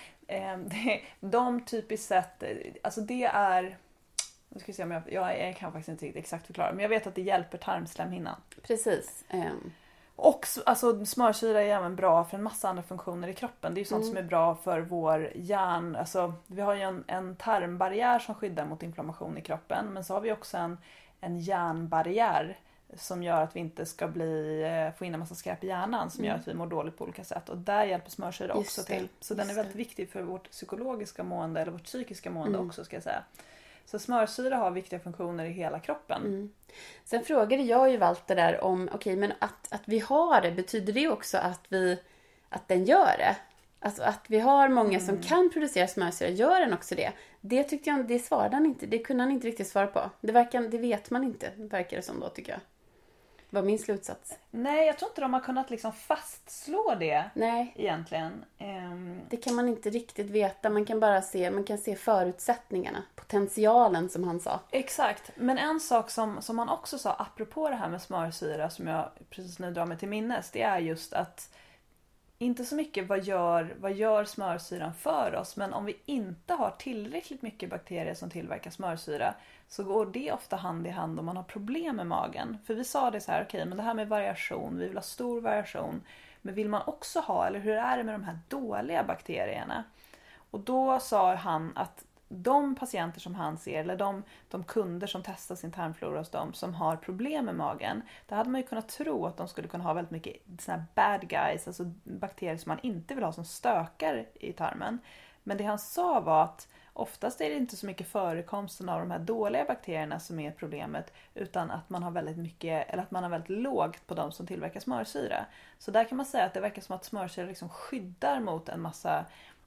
De typiskt sett, alltså det är, nu ska vi se om jag kan faktiskt inte riktigt exakt förklara, men jag vet att det hjälper tarmslemhinnan. Precis. Och alltså, smörsyra är även bra för en massa andra funktioner i kroppen. Det är ju sånt som är bra för vår hjärn. Alltså, vi har ju en tarmbarriär som skyddar mot inflammation i kroppen. Men så har vi också en hjärnbarriär som gör att vi inte ska få in en massa skräp i hjärnan. Som gör att vi mår dåligt på olika sätt. Och där hjälper smörsyra också till. Så den är väldigt viktig för vårt psykologiska mående. Eller vårt psykiska mående också, ska jag säga. Så smörsyra har viktiga funktioner i hela kroppen. Sen frågade jag ju Walter där om, men att vi har det, betyder det också att den gör det? Alltså att vi har många som kan producera smörsyra, gör den också det? Det tyckte jag, det svarade han inte, det kunde han inte riktigt svara på. Det vet man inte, verkar det som då, tycker jag. Var min slutsats. Nej, jag tror inte de har kunnat liksom fastslå det. Nej. Egentligen. Det kan man inte riktigt veta. Man kan bara se förutsättningarna. Potentialen, som han sa. Exakt. Men en sak som han också sa apropå det här med smörsyra, som jag precis nu drar mig till minnes, det är just att inte så mycket vad gör smörsyran för oss, men om vi inte har tillräckligt mycket bakterier som tillverkar smörsyra, så går det ofta hand i hand om man har problem med magen. För vi sa det så här, okej, men det här med variation, vi vill ha stor variation, men vill man också ha, eller hur är det med de här dåliga bakterierna? Och då sa han att de patienter som han ser, eller de kunder som testar sin tarmflora hos dem som har problem med magen, där hade man ju kunnat tro att de skulle kunna ha väldigt mycket såna här bad guys, alltså bakterier som man inte vill ha som stökar i tarmen. Men det han sa var att oftast är det inte så mycket förekomsten av de här dåliga bakterierna som är problemet, utan att man har väldigt mycket, eller att man har väldigt lågt på de som tillverkar smörsyra. Så där kan man säga att det verkar som att smörsyra liksom skyddar mot en massa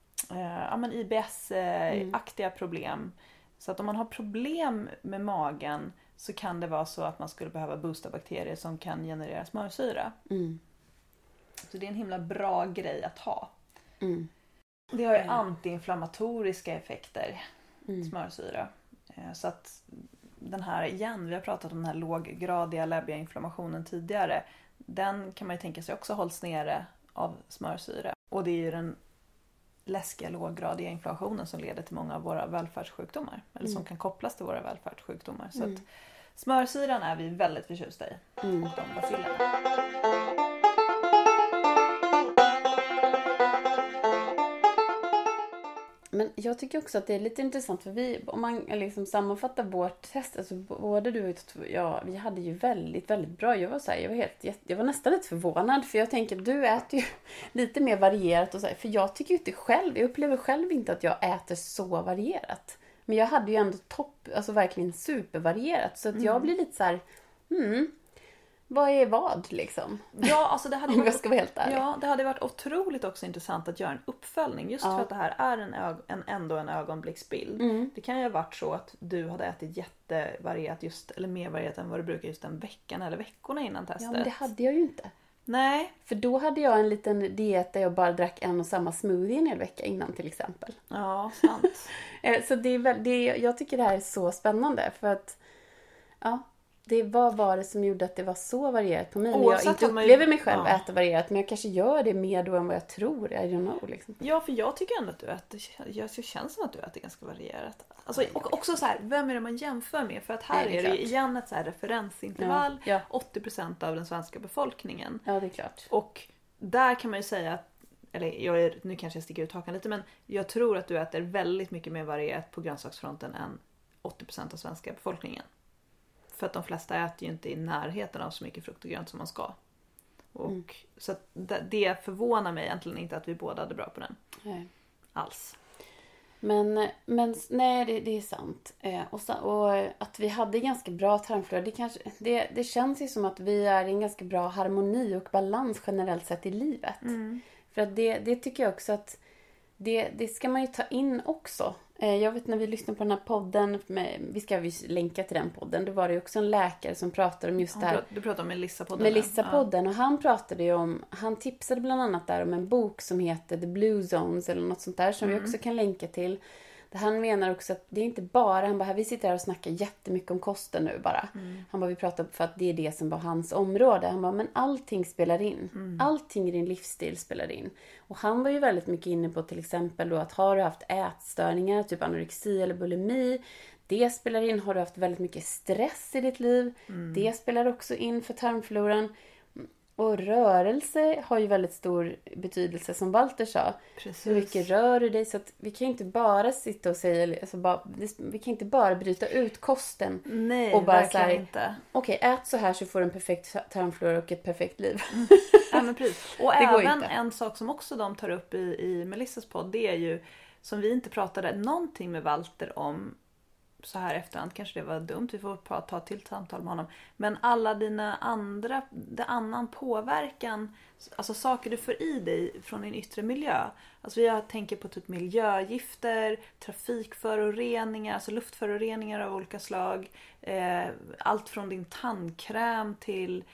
IBS-aktiga problem. Så att om man har problem med magen så kan det vara så att man skulle behöva boosta bakterier som kan generera smörsyra. Så det är en himla bra grej att ha. Det har ju antiinflammatoriska effekter, smörsyra. Så att den här, igen, vi har pratat om den här låggradiga läbbiainflammationen tidigare. Den kan man ju tänka sig också hålls nere av smörsyra. Och det är ju den läskiga låggradiga inflammationen som leder till många av våra välfärdssjukdomar. Eller som kan kopplas till våra välfärdssjukdomar. Så att smörsyran är vi väldigt förtjusta i. Och de bacillerna. jag tycker också att det är lite intressant för om man liksom sammanfattar vårt test, alltså både du och jag, vi hade ju väldigt, väldigt bra. Jag var nästan lite förvånad för jag tänker du äter ju lite mer varierat och så här, för jag tycker ju inte själv, jag upplever själv inte att jag äter så varierat. Men jag hade ju ändå alltså verkligen supervarierat så att jag blir lite så här, vad är vad liksom? Ja, alltså det hade om jag ska vara helt ärlig. Ja, det hade varit otroligt också intressant att göra en uppföljning. Just för att det här är ändå en ögonblicksbild. Det kan ju ha varit så att du hade ätit jättevarierat eller mer varierat än vad du brukar just den veckan eller veckorna innan testet. Ja, men det hade jag ju inte. Nej. För då hade jag en liten diet där jag bara drack en och samma smoothie en hel vecka innan till exempel. Ja, sant. Så jag tycker det här är så spännande för att vad var det som gjorde att det var så varierat på mig? Jag inte upplever mig själv äta varierat, men jag kanske gör det mer då än vad jag tror. I don't know, liksom. Ja, för jag tycker ändå att du äter, det känns som att du äter ganska varierat. Alltså, och också så här, vem är det man jämför med? För att här är det igen ett så här referensintervall. Ja. 80% av den svenska befolkningen. Ja, det är klart. Och där kan man ju säga att, nu kanske jag sticker ut hakan lite, men jag tror att du äter väldigt mycket mer varierat på grönsaksfronten än 80% av svenska befolkningen. För att de flesta äter ju inte i närheten av så mycket frukt och grönt som man ska. Och så att det förvånar mig egentligen inte att vi båda hade bra på den. Nej. Alls. Men nej, det är sant. Och att vi hade ganska bra tarmflora. Det känns ju som att vi är i en ganska bra harmoni och balans generellt sett i livet. För att det tycker jag också att det ska man ju ta in också. Jag vet när vi lyssnade på den här podden, vi ska länka till den podden, då var det ju också en läkare som pratade om just det här. Du pratade om Melissa-podden. Melissa-podden, och han pratade ju om, han tipsade bland annat där om en bok som heter The Blue Zones eller något sånt där som vi också kan länka till. Där han menar också att det är inte bara, han bara, vi sitter här och snackar jättemycket om kosten nu bara. Han bara, vi pratar för att det är det som var hans område. Han bara, men allting spelar in. Allting i din livsstil spelar in. Och han var ju väldigt mycket inne på till exempel då att har du haft ätstörningar, typ anorexi eller bulimi, det spelar in. Har du haft väldigt mycket stress i ditt liv, det spelar också in för tarmfloran. Och rörelse har ju väldigt stor betydelse som Walter sa. Precis. Hur mycket rör du dig? Så att vi kan inte bara sitta och säga, vi kan inte bara bryta ut kosten. Nej, och bara verkligen inte. Okej, ät så här så får du en perfekt tarmflora och ett perfekt liv. Ja, men precis. Och det även en sak som också de tar upp i Melissas podd, det är ju, som vi inte pratade någonting med Walter om så här efterhand, kanske det var dumt, vi får ta till samtal med honom, men alla dina annan påverkan, alltså saker du får i dig från din yttre miljö. Alltså jag tänker på typ miljögifter, trafikföroreningar, alltså luftföroreningar av olika slag, allt från din tandkräm till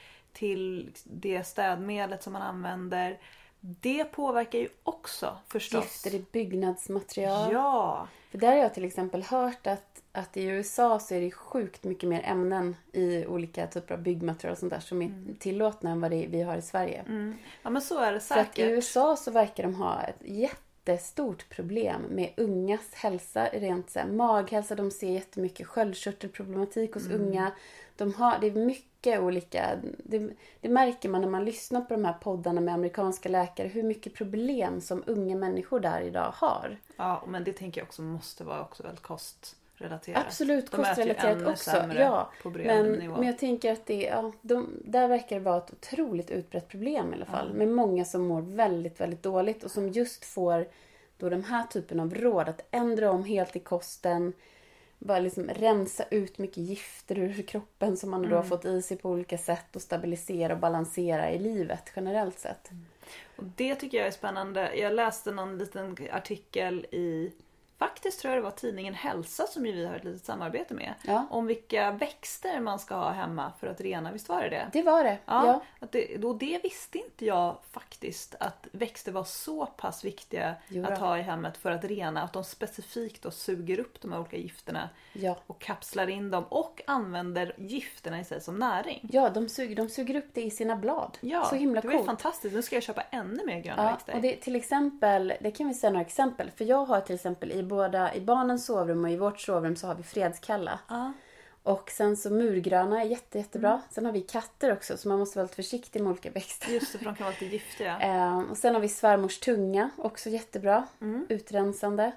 det städmedlet som man använder. Det påverkar ju också förstås. Gifter i byggnadsmaterial. Ja. För där har jag till exempel hört att i USA så är det sjukt mycket mer ämnen i olika typer av byggmaterial och sånt där som är tillåtna än vad vi har i Sverige. Ja, men så är det säkert. För att i USA så verkar de ha ett jättestort problem med ungas hälsa, rent så här, maghälsa. De ser jättemycket sköldkörtelproblematik hos unga. Det är mycket olika, det märker man när man lyssnar på de här poddarna med amerikanska läkare, hur mycket problem som unga människor där idag har. Ja, men det tänker jag också måste vara också väldigt kostrelaterat. Absolut, kostrelaterat också. Ja, på men jag tänker att där verkar det vara ett otroligt utbrett problem i alla fall. Med många som mår väldigt, väldigt dåligt och som just får då den här typen av råd att ändra om helt i kosten. Bara liksom rensa ut mycket gifter ur kroppen som man då har fått i sig på olika sätt och stabilisera och balansera i livet generellt sett. Och det tycker jag är spännande. Jag läste någon liten artikel faktiskt tror jag det var tidningen Hälsa som ju vi har ett litet samarbete med. Ja. Om vilka växter man ska ha hemma för att rena. Visst var det? Det var det. Ja. Det visste inte jag faktiskt. Att växter var så pass viktiga att ha i hemmet för att rena. Att de specifikt då suger upp de här olika gifterna. Ja. Och kapslar in dem. Och använder gifterna i sig som näring. Ja, de suger upp det i sina blad. Ja, så himla coolt. Det var fantastiskt. Nu ska jag köpa ännu mer gröna växter. Och det, till exempel, det kan vi säga några exempel. För jag har till exempel i barnens sovrum och i vårt sovrum så har vi fredskalla. Och sen så murgröna är jättebra. Sen har vi katter också så man måste vara lite försiktig med olika växter. Just det, för de kan vara lite giftiga. Och sen har vi svärmors tunga, också jättebra. Utrensande.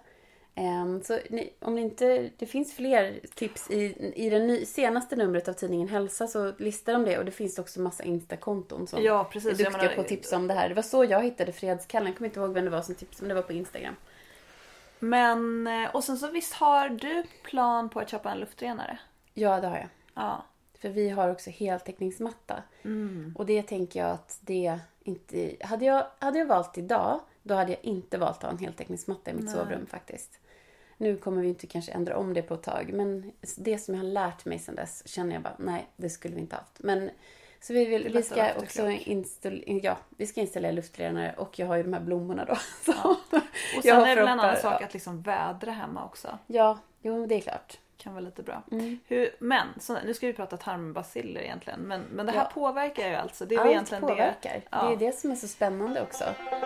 Så om ni inte, det finns fler tips i den senaste numret av tidningen Hälsa, så listar de det. Och det finns också massa Insta-konton som är duktiga på att tipsa om det här. Det var så jag hittade Fredskallen. Jag kommer inte ihåg vem det var som tipsade, men det var på Instagram. Men, och sen så visst har du plan på att köpa en luftrenare? Ja, det har jag. Ja. För vi har också heltäckningsmatta. Och det tänker jag att det inte... Hade jag valt idag, då hade jag inte valt att ha en heltäckningsmatta i mitt sovrum faktiskt. Nu kommer vi inte kanske ändra om det på ett tag. Men det som jag har lärt mig sedan dess känner jag bara, nej, det skulle vi inte haft. Men så vi ska också installera luftrenare, och jag har ju de här blommorna då. Så. Ja. Och sen är det en annan sak att liksom vädra hemma också. Ja, jo, det är klart. Kan vara lite bra. Men nu ska vi prata tarmbaciller egentligen. Men det här påverkar ju alltså. Det är allt egentligen påverkar. Det. Ja. Det är det som är så spännande också.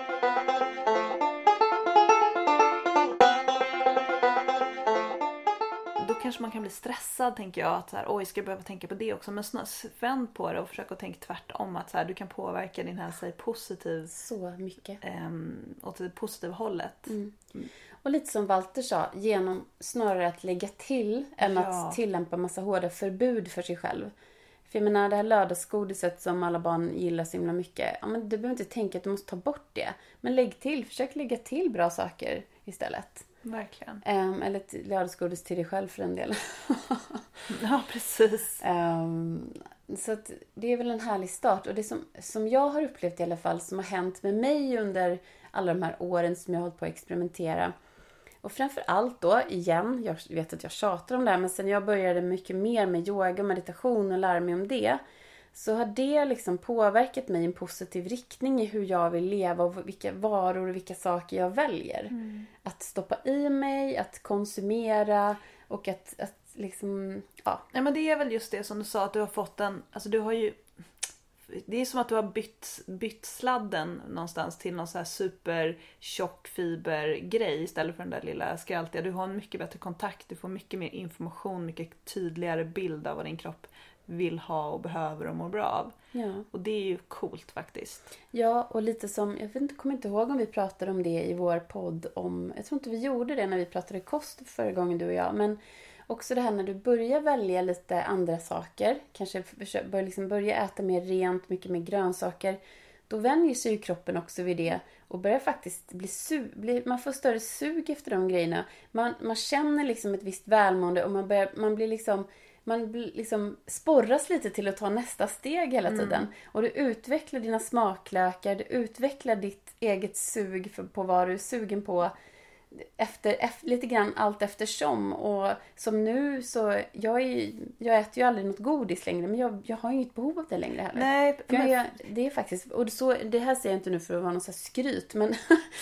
Då kanske man kan bli stressad, tänker jag. Att så här, oj, ska jag behöva tänka på det också? Men vänd på det och försök att tänka tvärtom. Att så här, du kan påverka din hälsa i positiv... Så mycket. Åt det positiva hållet. Och lite som Walter sa, genom snarare att lägga till än att tillämpa massa hårda förbud för sig själv. För jag menar, det här lördagsgodiset som alla barn gillar så himla mycket. Ja, men du behöver inte tänka att du måste ta bort det. Men försök lägga till bra saker istället. Verkligen. Eller ett lördagsgodis till dig själv för en del. Ja, precis. Så att det är väl en härlig start. Och det som jag har upplevt i alla fall, som har hänt med mig under alla de här åren som jag har hållit på att experimentera. Och framförallt då, igen, jag vet att jag tjatar om det här, men sen jag började mycket mer med yoga och meditation och lära mig om det, så har det liksom påverkat mig i en positiv riktning i hur jag vill leva och vilka varor och vilka saker jag väljer. Att stoppa i mig, att konsumera och att liksom, ja. Nej, men det är väl just det som du sa, att du har fått det är som att du har bytt sladden någonstans till någon så här super tjock fibergrej istället för den där lilla skraltiga. Du har en mycket bättre kontakt, du får mycket mer information, mycket tydligare bild av vad din kropp vill ha och behöver och mår bra av. Ja. Och det är ju coolt faktiskt. Ja, och lite som, kommer inte ihåg om vi pratade om det i vår podd jag tror inte vi gjorde det när vi pratade kost förra gången, du och jag, men också det här när du börjar välja lite andra saker, kanske börja äta mer rent, mycket mer grönsaker, då vänjer sig ju kroppen också vid det och börjar faktiskt man får större sug efter de grejerna. Man känner liksom ett visst välmående och man blir liksom sporras lite till att ta nästa steg hela tiden. Och du utvecklar dina smaklökar, du utvecklar ditt eget sug på vad du är sugen på efter lite grann allt eftersom. Och som nu så jag äter ju aldrig något godis längre, men jag har ju inget behov av det längre heller. Nej, det är faktiskt, och så, det här säger jag inte nu för att vara någon så här skryt, men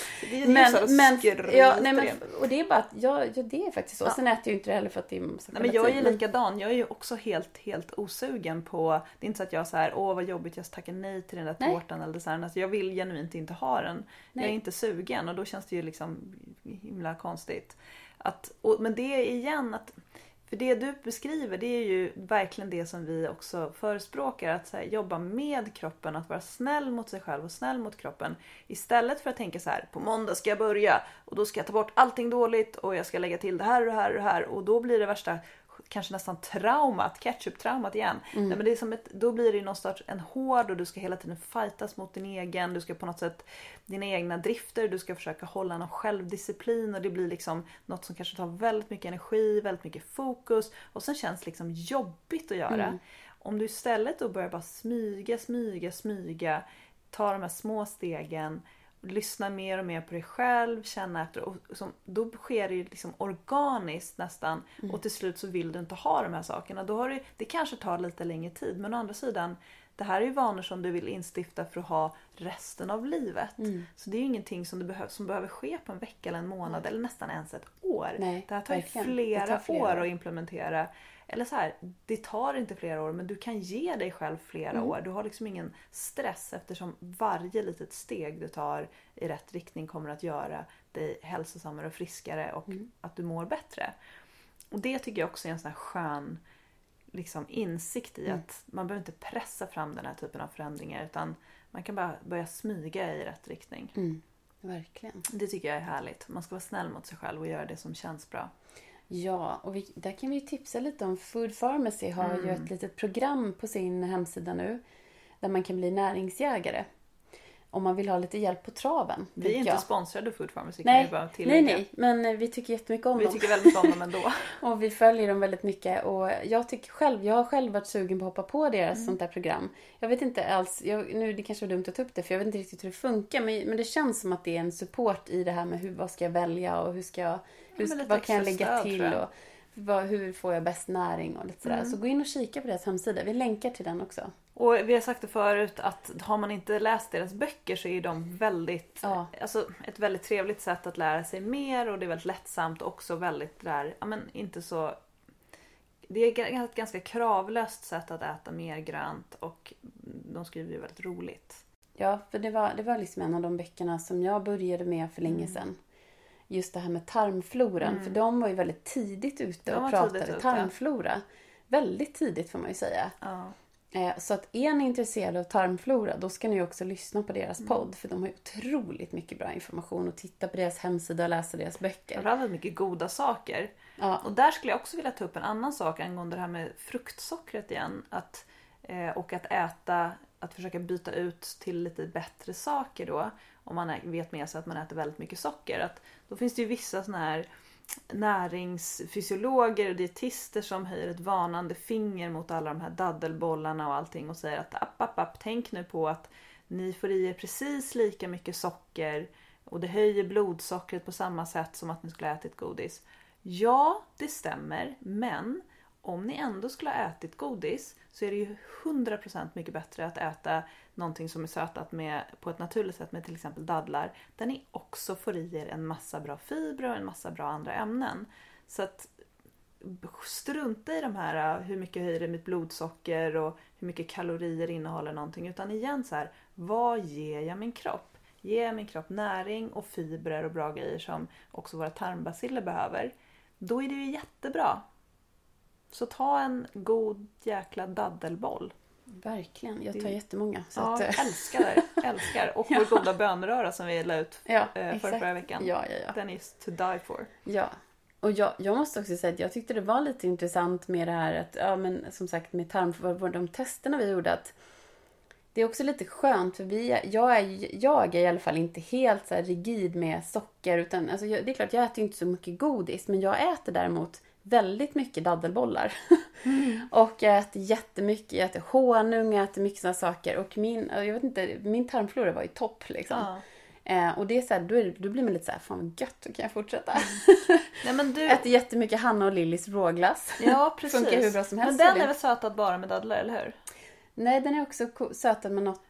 och det är bara att det är faktiskt så. Sen äter jag ju inte det heller för att det är nej, men jag är ju likadan. Jag är ju också helt osugen på, det är inte så att jag så här, vad jobbigt, jag tackar nej till den där tårtan eller desserten. Alltså jag vill genuint inte ha den. Nej. Jag är inte sugen, och då känns det ju liksom himla konstigt. Men det är igen att, för det du beskriver, det är ju verkligen det som vi också förespråkar, att så här, jobba med kroppen, att vara snäll mot sig själv och snäll mot kroppen, istället för att tänka så här, på måndag ska jag börja och då ska jag ta bort allting dåligt och jag ska lägga till det här och det här och det här, och då blir det värsta, kanske nästan ketchup-traumat igen. Nej, men det är som då blir det ju någonstans en hård, och du ska hela tiden fightas mot din egen, du ska på något sätt dina egna drifter, du ska försöka hålla någon självdisciplin, och det blir liksom något som kanske tar väldigt mycket energi, väldigt mycket fokus, och sen känns liksom jobbigt att göra. Om du istället då börjar bara smyga, ta de här små stegen, lyssna mer och mer på dig själv, känna efter, och då sker det ju liksom organiskt nästan, och till slut så vill du inte ha de här sakerna. Då det kanske tar lite längre tid, men å andra sidan, det här är ju vanor som du vill instifta för att ha resten av livet. Så det är ju ingenting som behöver ske på en vecka eller en månad eller nästan ens ett år. Nej, det här tar ju flera år att implementera. Eller så här, det tar inte flera år, men du kan ge dig själv flera år. Du har liksom ingen stress, eftersom varje litet steg du tar i rätt riktning kommer att göra dig hälsosammare och friskare, och att du mår bättre. Och det tycker jag också är en sån här skön liksom insikt i att man behöver inte pressa fram den här typen av förändringar, utan man kan bara börja smyga i rätt riktning. Verkligen. Det tycker jag är härligt. Man ska vara snäll mot sig själv och göra det som känns bra. Ja, och där kan vi tipsa lite om Food Pharmacy har ju ett litet program på sin hemsida nu. Där man kan bli näringsjägare. Om man vill ha lite hjälp på traven. Vi är inte sponsrade av Food Pharmacy. Nej, men vi tycker jättemycket om dem. Vi tycker väldigt mycket om dem ändå. Och vi följer dem väldigt mycket. Och jag har själv varit sugen på att hoppa på deras sånt där program. Jag vet inte alls, nu det kanske var dumt att ta upp det för jag vet inte riktigt hur det funkar. Men det känns som att det är en support i det här med vad ska jag välja och vad kan jag lägga till och hur får jag bäst näring och lite sådär. Så gå in och kika på deras hemsida. Vi länkar till den också. Och vi har sagt det förut att har man inte läst deras böcker så är de väldigt, alltså ett väldigt trevligt sätt att lära sig mer och det är väldigt lättsamt och också väldigt där, inte så, det är ett ganska kravlöst sätt att äta mer grönt och de skriver ju väldigt roligt. Ja, för det var liksom en av de böckerna som jag började med för länge sedan. Just det här med tarmfloran. För de var ju väldigt tidigt ute och pratade tarmflora. Väldigt tidigt får man ju säga. Ja. Så att är ni intresserade av tarmflora då ska ni också lyssna på deras podd. För de har ju otroligt mycket bra information och titta på deras hemsida och läsa deras böcker. De har väldigt mycket goda saker. Ja. Och där skulle jag också vilja ta upp en annan sak angående det här med fruktsockret igen. Och att äta, att försöka byta ut till lite bättre saker då. Om man vet med sig att man äter väldigt mycket socker. Då finns det ju vissa såna här näringsfysiologer och dietister som höjer ett varnande finger mot alla de här daddelbollarna och allting och säger att tänk nu på att ni får i er precis lika mycket socker och det höjer blodsockret på samma sätt som att ni skulle ha ätit godis. Ja, det stämmer, men om ni ändå skulle ha ätit godis så är det ju 100% mycket bättre att äta någonting som är sötat på ett naturligt sätt med till exempel dadlar. Där ni också får i er en massa bra fibrer och en massa bra andra ämnen. Så att strunta i de här hur mycket höjer det mitt blodsocker och hur mycket kalorier innehåller någonting. Utan igen så här, vad ger jag min kropp? Ger jag min kropp näring och fibrer och bra grejer som också våra tarmbaciller behöver. Då är det ju jättebra. Så ta en god jäkla daddelboll. Verkligen, jag tar jättemånga. Så ja, älskar. Och vår goda bönröra som vi la ut förra veckan. Ja. Den är to die for. Ja, och jag måste också säga att jag tyckte det var lite intressant med det här att, men som sagt med de testerna vi gjorde att det är också lite skönt för jag är i alla fall inte helt så här rigid med socker utan alltså, det är klart jag äter inte så mycket godis men jag äter däremot väldigt mycket daddelbollar. Och jag äter jättemycket. Jag äter honung, jag äter mycket sådana saker. Och min tarmflora var i topp liksom. Och det är så här, då blir man lite så här, fan vad gött, då kan jag fortsätta. Nej, men du äter jättemycket Hanna och Lillys råglass. Ja, precis. Funkar hur bra som helst. Men den är väl sötad bara med dadlar, eller hur? Nej, den är också sötad med något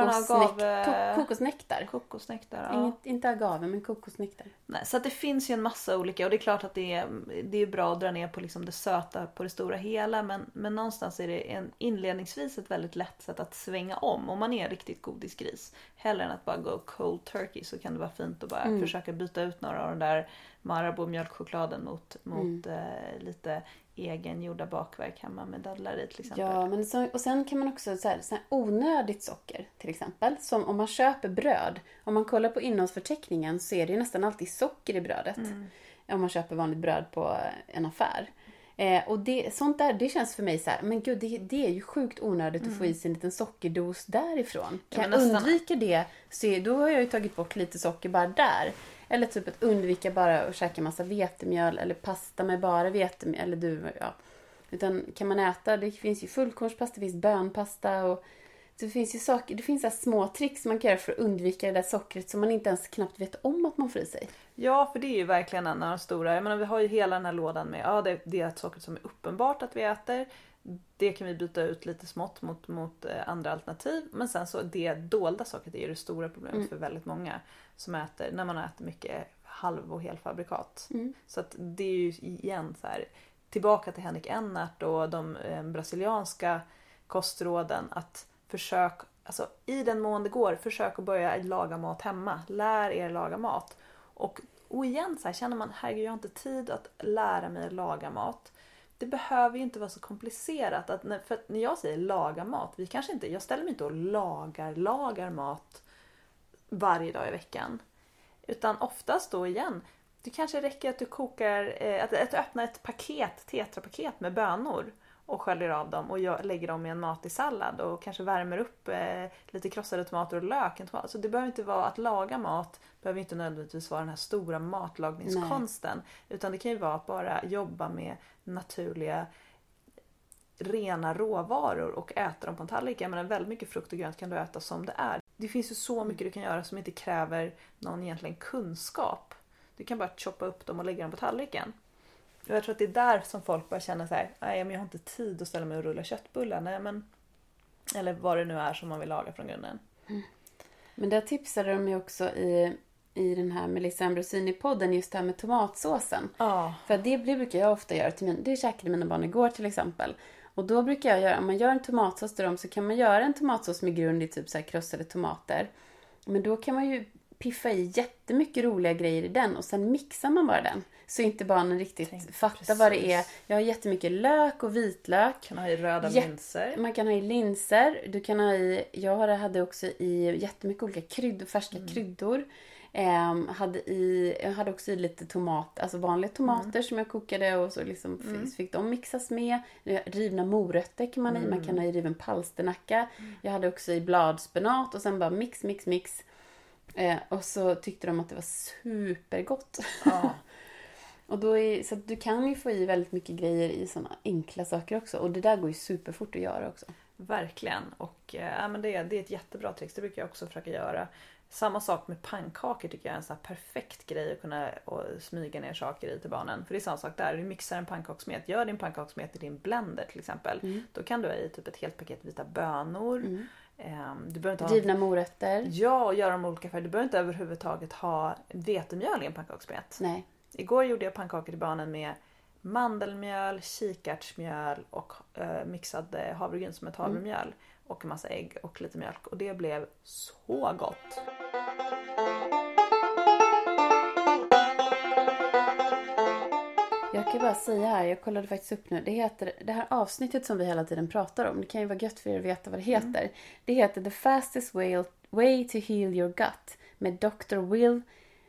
kokosnektar. Kokosnektar, ja. Inte agave, men kokosnektar. Nej, så att det finns ju en massa olika och det är klart att det är bra att dra ner på liksom det söta på det stora hela men någonstans är det inledningsvis ett väldigt lätt sätt att svänga om man är en riktigt godisgris. Hellre än att bara gå cold turkey så kan det vara fint att bara försöka byta ut några av de där Marabou mjölkchokladen mot lite egengjorda bakverk hemma med dadlar i till exempel. Ja, men och sen kan man också så här onödigt socker till exempel. Som om man köper bröd. Om man kollar på innehållsförteckningen så är det ju nästan alltid socker i brödet. Om man köper vanligt bröd på en affär. Och sånt där, det känns för mig så här, men gud det är ju sjukt onödigt att få i sig en liten sockerdos därifrån. Kan jag undvika det så då har jag ju tagit bort lite socker bara där. Eller typ att undvika bara att käka massa vetemjöl eller pasta med bara vetemjöl eller utan kan man äta, det finns ju fullkornspasta, det finns bönpasta och det finns ju saker, det finns så här små tricks man kan göra för att undvika det där sockret som man inte ens knappt vet om att man får i sig. Ja, för det är ju verkligen en av de stora. Jag menar, vi har ju hela den här lådan med det är ett socker som är uppenbart att vi äter. Det kan vi byta ut lite smått mot andra alternativ. Men sen så det dolda sockret är ju det stora problemet för väldigt många som äter, när man äter mycket halv- och helfabrikat. Så att det är ju igen så här, tillbaka till Henrik Ennart och de brasilianska kostråden att alltså i den mån det går, försök att börja laga mat hemma. Lär er laga mat. Och igen så här, känner man, herregud jag har inte tid att lära mig att laga mat. Det behöver ju inte vara så komplicerat. För att när jag säger laga mat, jag ställer mig inte och lagar mat varje dag i veckan. Utan oftast då igen, det kanske räcker att du kokar, att öppna ett paket, tetrapaket med bönor och sköljer av dem och lägger dem i en matig sallad och kanske värmer upp lite krossade tomater och lök. Så det behöver inte vara att laga mat, behöver inte nödvändigtvis vara den här stora matlagningskonsten. Nej. Utan det kan ju vara att bara jobba med naturliga rena råvaror och äta dem på en tallrik. Jag menar, väldigt mycket frukt och grönt kan du äta som det är. Det finns ju så mycket du kan göra som inte kräver någon egentligen kunskap. Du kan bara choppa upp dem och lägga dem på tallriken. Och jag tror att det är där som folk bara känner så här: nej, men jag har inte tid att ställa mig och rulla köttbullar. Nej, men... Eller vad det nu är som man vill laga från grunden. Mm. Men där tipsade de ju också i den här Melissa Ambrosini-podden just det här med tomatsåsen. För det brukar jag ofta göra till det käkade mina barn igår till exempel. Och då brukar jag göra, om man gör en tomatsås till dem så kan man göra en tomatsås med grund i typ så här krossade tomater. Men då kan man ju piffa i jättemycket roliga grejer i den och sen mixar man bara den. Så inte barnen riktigt fattar vad det är. Jag har jättemycket lök och vitlök. Kan ha i röda linser. Man kan ha i linser. Du kan ha i, jag hade också i jättemycket olika färska kryddor. Jag hade också i lite tomat, alltså vanliga tomater som jag kokade och så liksom fick de mixas med. Rivna morötter kan man ha i. Man kan ha i riven palsternacka. Jag hade också i bladspenat och sen bara mix. Och så tyckte de att det var supergott. Ja. Och då så att du kan ju få i väldigt mycket grejer i såna enkla saker också. Och det där går ju superfort att göra också. Verkligen. Och men det är ett jättebra trix. Det brukar jag också försöka göra. Samma sak med pannkakor tycker jag är en sån här perfekt grej att kunna smyga ner saker i till barnen. För det är samma sak där. Du mixar en pannkakssmet. Gör din pannkakssmet i din blender till exempel. Då kan du ha i typ ett helt paket vita bönor. Du behöver inte rivna morötter. Ja, och göra dem olika färger. Du behöver inte överhuvudtaget ha vetemjöl i en pannkakssmet. Nej. Igår gjorde jag pannkakor till barnen med mandelmjöl, kikärtsmjöl och mixad havregryn som ett havremjöl. Och en massa ägg och lite mjölk. Och det blev så gott. Jag kan bara säga här, jag kollade faktiskt upp nu. Det här avsnittet som vi hela tiden pratar om. Det kan ju vara gött för er att veta vad det heter. Det heter The Fastest Way to Heal Your Gut. Med Dr. Will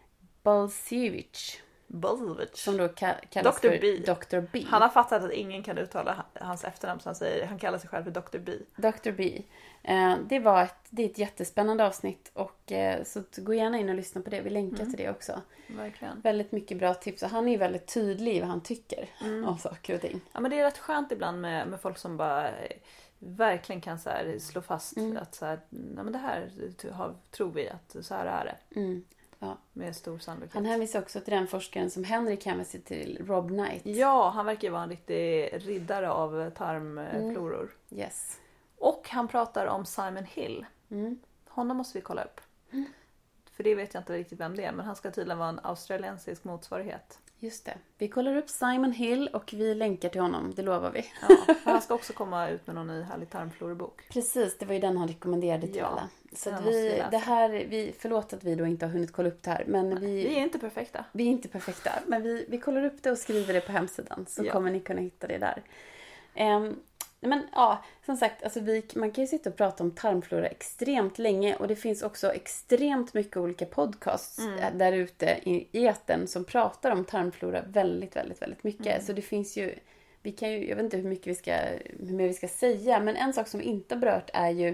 Bulsiewicz. Som då kallas Dr. för B. Dr. B. Han har fattat att ingen kan uttala hans efternamn så han kallar sig själv för Dr. B. Dr. B. Det är ett jättespännande avsnitt och så gå gärna in och lyssna på det. Vi länkar till det också. Verkligen. Väldigt mycket bra tips och han är ju väldigt tydlig i vad han tycker om saker och ting. Ja, men det är rätt skönt ibland med folk som bara verkligen kan så här slå fast att så här, ja, men det här tror vi att så här är det. Ja. Med stor sannolikhet. Han hänvisar också till den forskaren som Henrik hänvisar till, Rob Knight. Ja, han verkar ju vara en riktig riddare av tarmfloror. Yes. Och han pratar om Simon Hill. Honom måste vi kolla upp. För det vet jag inte riktigt vem det är. Men han ska tydligen vara en australiensisk motsvarighet. Just det. Vi kollar upp Simon Hill och vi länkar till honom. Det lovar vi. Ja, han ska också komma ut med någon ny härlig tarmflorebok. Precis, det var ju den han rekommenderade till alla. Så att förlåt att vi då inte har hunnit kolla upp det här. Men vi är inte perfekta. Vi är inte perfekta. Men vi kollar upp det och skriver det på hemsidan. Så kommer ni kunna hitta det där. Men ja, som sagt, alltså man kan ju sitta och prata om tarmflora extremt länge. Och det finns också extremt mycket olika podcasts där ute i etern som pratar om tarmflora väldigt, väldigt, väldigt mycket. Så det finns ju, jag vet inte hur mycket vi ska säga. Men en sak som vi inte har berört är ju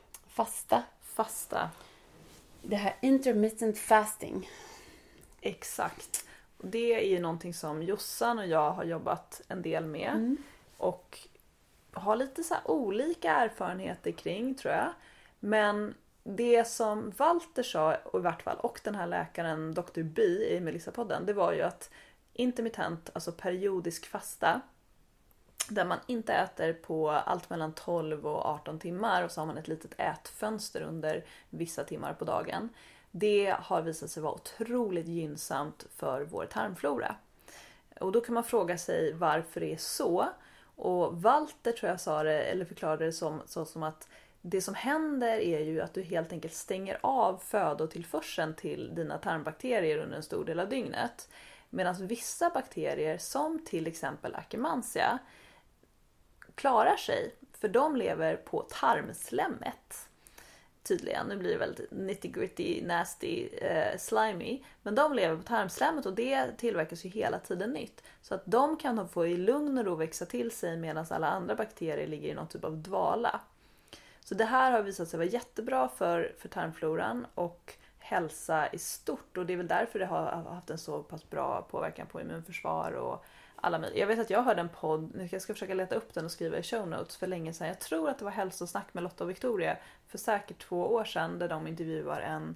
fasta. Det här intermittent fasting. Exakt. Det är ju någonting som Jossan och jag har jobbat en del med. Och har lite så här olika erfarenheter kring, tror jag. Men det som Walter sa, i vart fall, och den här läkaren Dr. B i Melissa-podden, det var ju att intermittent, alltså periodisk fasta, där man inte äter på allt mellan 12 och 18 timmar och så har man ett litet ätfönster under vissa timmar på dagen. Det har visat sig vara otroligt gynnsamt för vår tarmflora. Och då kan man fråga sig varför det är så. Och Walter tror jag sa det, eller förklarade det som att det som händer är ju att du helt enkelt stänger av födotillförseln till dina tarmbakterier under en stor del av dygnet. Medan vissa bakterier, som till exempel Akkermansia, klarar sig, för de lever på tarmslemmet. tydligen. Nu blir det väldigt nitty gritty, nasty, slimy. Men de lever på tarmslemmet och det tillverkas ju hela tiden nytt. Så att de kan få i lugn och ro växa till sig medan alla andra bakterier ligger i någon typ av dvala. Så det här har visat sig vara jättebra för tarmfloran och hälsa i stort. Och det är väl därför det har haft en så pass bra påverkan på immunförsvar och alla möjliga. Jag vet att jag hörde en podd, nu jag ska försöka leta upp den och skriva i show notes för länge sedan. Jag tror att det var Hälsosnack med Lotta och Victoria för säkert 2 år sedan där de intervjuar en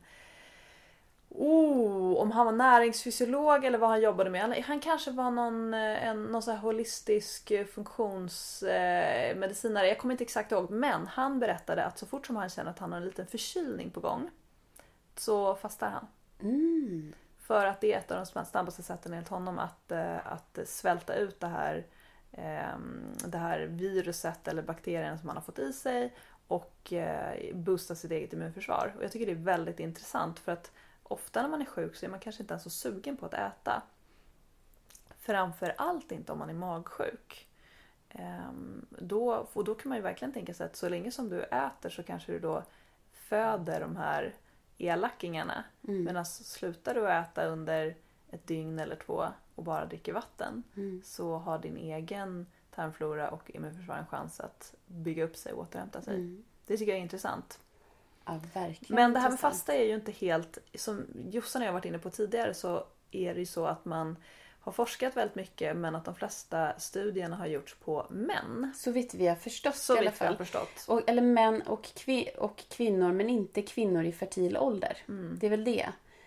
om han var näringsfysiolog eller vad han jobbade med. Han kanske var någon så här holistisk funktionsmedicinare. Jag kommer inte exakt ihåg, men han berättade att så fort som han känner att han har en liten förkylning på gång så fastar han. För att det är ett av de snabbaste sätten enligt honom att svälta ut det här viruset eller bakterien som man har fått i sig och boosta sitt eget immunförsvar. Och jag tycker det är väldigt intressant för att ofta när man är sjuk så är man kanske inte ens så sugen på att äta. Framför allt inte om man är magsjuk. Då kan man ju verkligen tänka sig att så länge som du äter så kanske du då föder de här elackingarna. Men alltså slutar du äta under ett dygn eller 2 och bara dricker vatten så har din egen tarmflora och immunförsvar en chans att bygga upp sig och återhämta sig. Det tycker jag är intressant. Ja, verkligen. Men det här med fasta är ju inte helt, som Jossan och jag varit inne på tidigare, så är det ju så att man har forskat väldigt mycket men att de flesta studierna har gjorts på män. Så vitt vi har förstått så i alla fall. Eller män och kvinnor, men inte kvinnor i fertil ålder. Det är väl det.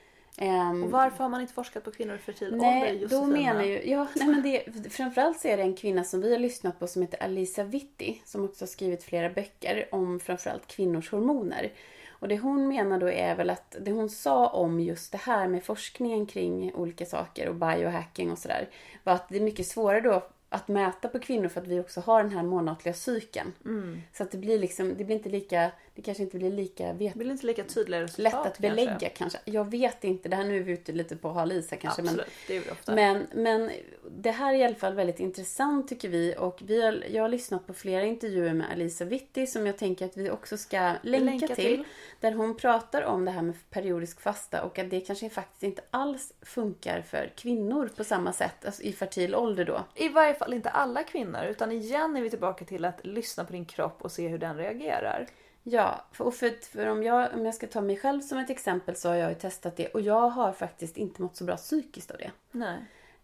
Och varför har man inte forskat på kvinnor i fertil ålder? Nej, då menar ju... framförallt så är det en kvinna som vi har lyssnat på som heter Alisa Vitti. Som också har skrivit flera böcker om framförallt kvinnors hormoner. Och det hon menar då är väl att det hon sa om just det här med forskningen kring olika saker och biohacking och sådär var att det är mycket svårare då att mäta på kvinnor för att vi också har den här månatliga cykeln. Så att det blir liksom, det blir inte lika, det kanske inte blir lika det blir inte lika tydliga resultat, lätt att belägga kanske. Jag vet inte, det här nu är vi ute lite på Halisa kanske. Absolut, det är vi ofta. Men det här är i alla fall väldigt intressant tycker vi och jag har lyssnat på flera intervjuer med Alisa Vitti som jag tänker att vi också ska länka till. Där hon pratar om det här med periodisk fasta och att det kanske faktiskt inte alls funkar för kvinnor på samma sätt, alltså i fertil ålder då. I varje fall inte alla kvinnor, utan igen är vi tillbaka till att lyssna på din kropp och se hur den reagerar. Ja, för om jag ska ta mig själv som ett exempel så har jag ju testat det och jag har faktiskt inte mått så bra psykiskt av det. Nej.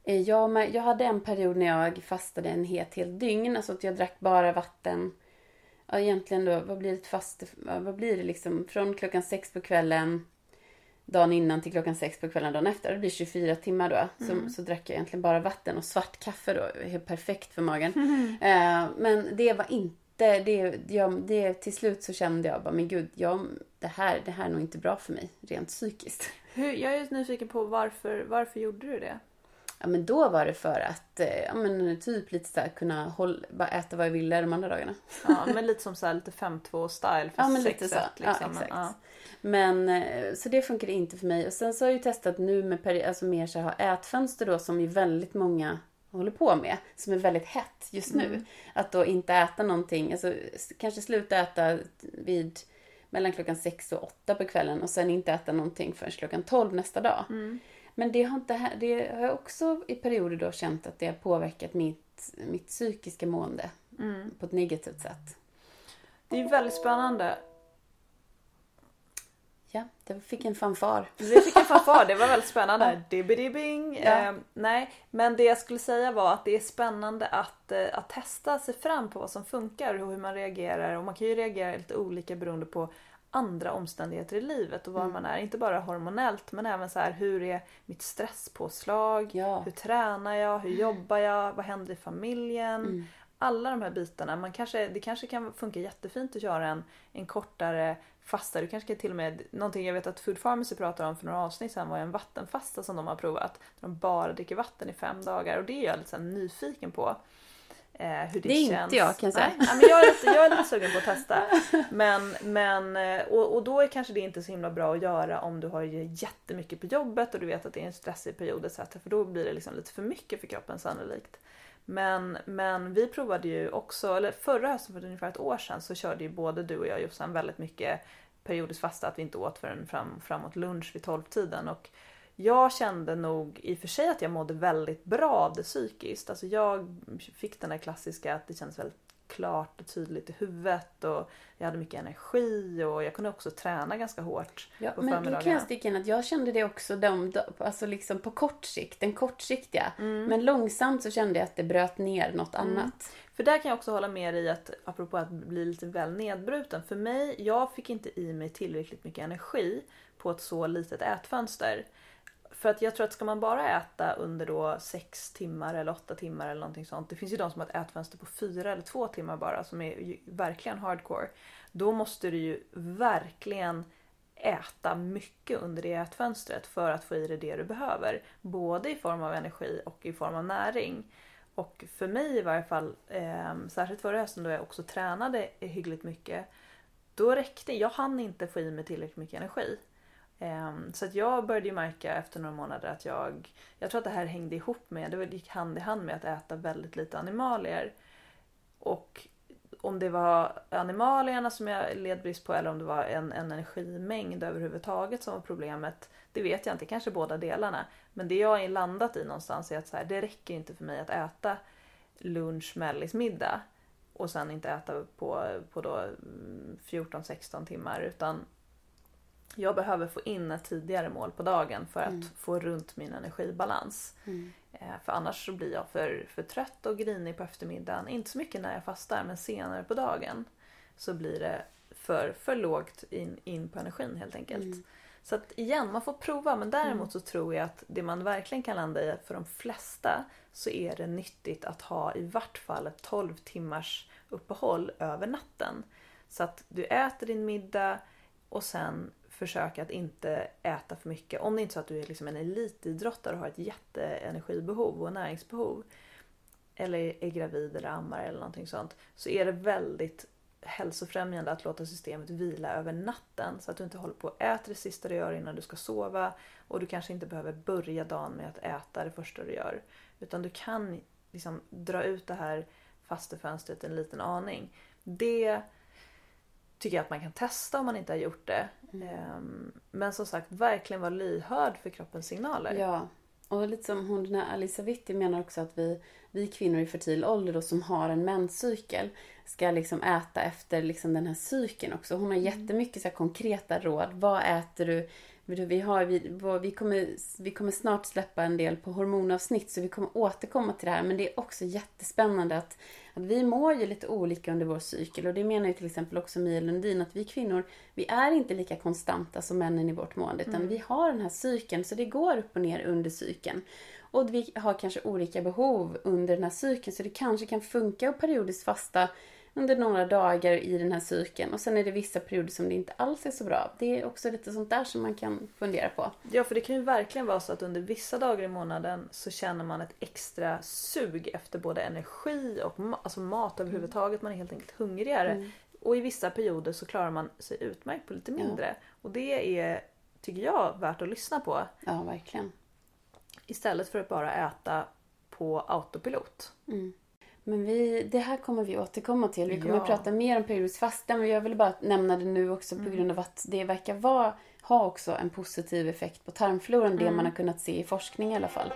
Jag hade en period när jag fastade en hel dygn, alltså att jag drack bara vatten. Ja, egentligen då, vad blir det liksom från klockan 6 på kvällen dagen innan till klockan 6 på kvällen dagen efter. Det blir 24 timmar då. Så drack jag egentligen bara vatten och svart kaffe då. Det är perfekt för magen. Men det var inte det till slut så kände jag bara, men gud, det här är nog inte bra för mig rent psykiskt. Jag är nyfiken på varför gjorde du det? Ja, men då var det för att typ lite så här, kunna bara äta vad jag ville de andra dagarna. Ja, men lite som så här, lite 5-2-style för sexet. Liksom. Ja, exakt. Ja. Men så det funkar inte för mig. Och sen så har jag ju testat nu med alltså mer så här ätfönster då som ju väldigt många håller på med. Som är väldigt hett just nu. Att då inte äta någonting. Alltså kanske sluta äta vid mellan klockan 6 och 8 på kvällen. Och sen inte äta någonting förrän klockan 12 nästa dag. Men det har jag också i perioder då känt att det har påverkat mitt psykiska mående på ett negativt sätt. Det är väldigt spännande. Ja, det fick en fanfar. Det var väldigt spännande. Dibbidi-bing. Ja. Nej, men det jag skulle säga var att det är spännande att testa sig fram på vad som funkar och hur man reagerar. Och man kan ju reagera lite olika beroende på andra omständigheter i livet och var man är. Inte bara hormonellt men även så här, hur är mitt stresspåslag? Ja. Hur tränar jag? Hur jobbar jag? Vad händer i familjen? Alla de här bitarna. Det kanske kan funka jättefint att göra en kortare fasta. Du kanske kan till och med, någonting jag vet att Food Pharmacy pratar om för några avsnitt sedan var en vattenfasta som de har provat. Där de bara dricker vatten i 5 dagar och det är jag lite så här nyfiken på. Hur det är känns. Inte jag kan säga. Nej, men jag är lite sugen på att testa. Men och då är kanske det inte så himla bra att göra om du har jättemycket på jobbet och du vet att det är en stressig period etc. För då blir det liksom lite för mycket för kroppen sannolikt. Men vi provade ju också, eller förra hösten för ungefär ett år sedan så körde ju både du och jag Jossan väldigt mycket periodiskt fasta, att vi inte åt förrän framåt lunch vid 12-tiden. Och jag kände nog i och för sig att jag mådde väldigt bra av det psykiskt. Alltså jag fick den där klassiska att det kändes väldigt klart och tydligt i huvudet och jag hade mycket energi och jag kunde också träna ganska hårt på förmiddagarna. Men då kan jag sticka in att jag kände det också alltså liksom på kort sikt, den kortsiktiga. Men långsamt så kände jag att det bröt ner något annat. För där kan jag också hålla med i att, apropå att bli lite väl nedbruten. För mig, jag fick inte i mig tillräckligt mycket energi på ett så litet ätfönster. För att jag tror att ska man bara äta under då 6 timmar eller 8 timmar eller någonting sånt. Det finns ju de som har ett ätfönster på 4 eller 2 timmar bara som är ju verkligen hardcore. Då måste du ju verkligen äta mycket under det ätfönstret för att få i dig det du behöver. Både i form av energi och i form av näring. Och för mig i varje fall, särskilt förra hösten då jag också tränade hyggligt mycket. Då jag hann inte få i mig tillräckligt mycket energi. Så att jag började ju märka efter några månader att jag tror att det här hängde ihop med, det gick hand i hand med att äta väldigt lite animalier. Och om det var animalierna som jag led brist på eller om det var en energimängd överhuvudtaget som var problemet, det vet jag inte, kanske båda delarna. Men det jag är landat i någonstans är att så här, det räcker inte för mig att äta lunch, mellis, middag och sen inte äta på då 14-16 timmar, utan jag behöver få in ett tidigare mål på dagen för att få runt min energibalans. För annars så blir jag för trött och grinig på eftermiddagen. Inte så mycket när jag fastar, men senare på dagen så blir det för lågt in på energin helt enkelt. Så att igen, man får prova. Men däremot så tror jag att det man verkligen kan landa i för de flesta så är det nyttigt att ha i vart fall ett 12 timmars uppehåll över natten. Så att du äter din middag och sen försöka att inte äta för mycket. Om det inte är så att du är liksom en elitidrottare och har ett jätteenergibehov och näringsbehov. Eller är gravid eller ammar eller någonting sånt. Så är det väldigt hälsofrämjande att låta systemet vila över natten. Så att du inte håller på att äta det sista du gör innan du ska sova. Och du kanske inte behöver börja dagen med att äta det första du gör. Utan du kan liksom dra ut det här fastefönstret en liten aning. Det tycker jag att man kan testa om man inte har gjort det. Men som sagt, verkligen vara lyhörd för kroppens signaler. Ja, och lite som hon, den här Alisa Vitti menar också att vi kvinnor i fertil ålder då, som har en menscykel ska liksom äta efter liksom den här cykeln också. Hon har jättemycket så här konkreta råd. Vad äter du? Vi kommer snart släppa en del på hormonavsnitt, så vi kommer återkomma till det här. Men det är också jättespännande att vi mår ju lite olika under vår cykel. Och det menar ju till exempel också Mia Lundin, att vi kvinnor, vi är inte lika konstanta som männen i vårt mående. Utan vi har den här cykeln, så det går upp och ner under cykeln. Och vi har kanske olika behov under den här cykeln, så det kanske kan funka och periodiskt fasta under några dagar i den här cykeln. Och sen är det vissa perioder som det inte alls är så bra. Det är också lite sånt där som man kan fundera på. Ja, för det kan ju verkligen vara så att under vissa dagar i månaden så känner man ett extra sug efter både energi och alltså mat överhuvudtaget. Man är helt enkelt hungrigare. Och i vissa perioder så klarar man sig utmärkt på lite mindre. Ja. Och det är, tycker jag, värt att lyssna på. Ja, verkligen. Istället för att bara äta på autopilot. Men det här kommer vi återkomma till. Vi kommer att prata mer om periodisk fasta. Men jag vill bara nämna det nu också på grund av att det verkar ha också en positiv effekt på tarmfloran. Det man har kunnat se i forskning i alla fall.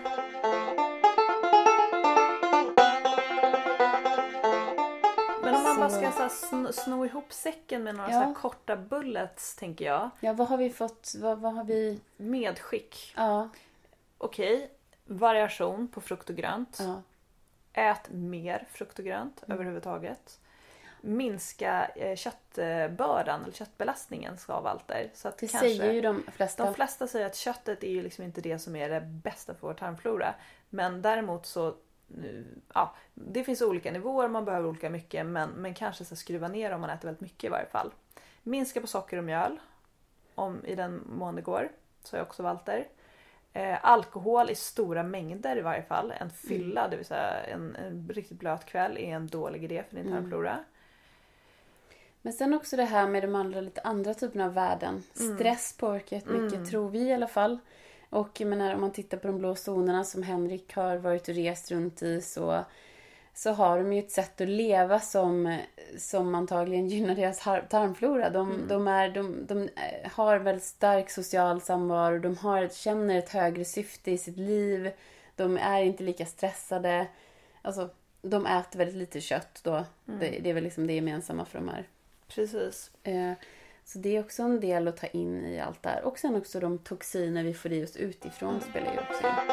Men om man bara ska sno ihop säcken med några så här korta bullets, tänker jag. Ja, vad har vi fått? Vad har vi? Medskick. Ja. Okej. Variation på frukt och grönt. Ja. Ät mer frukt och grönt överhuvudtaget. Minska köttbördan eller köttbelastningen av allt där. Så att det kanske, säger ju de flesta. De flesta säger att köttet är ju liksom inte det som är det bästa för vår tarmflora. Men däremot så, det finns olika nivåer, man behöver olika mycket. Men kanske så skruva ner om man äter väldigt mycket i varje fall. Minska på socker och mjöl. I den mån det går. Så har jag också valt där. Alkohol i stora mängder i varje fall. En fylla, det vill säga en riktigt blöt kväll, är en dålig idé för din tarmflora. Men sen också det här med de lite andra typerna av värden. Stress påverkar mycket, tror vi i alla fall. Och jag menar, om man tittar på de blå zonerna som Henrik har varit och rest runt i, så så har de ju ett sätt att leva som antagligen gynnar deras tarmflora. De har väldigt stark social samvaro. De känner ett högre syfte i sitt liv. De är inte lika stressade. Alltså, de äter väldigt lite kött då. Det är väl liksom det gemensamma för de här. Precis. Så det är också en del att ta in i allt det här. Och sen också de toxiner vi får i oss utifrån spelar ju också in.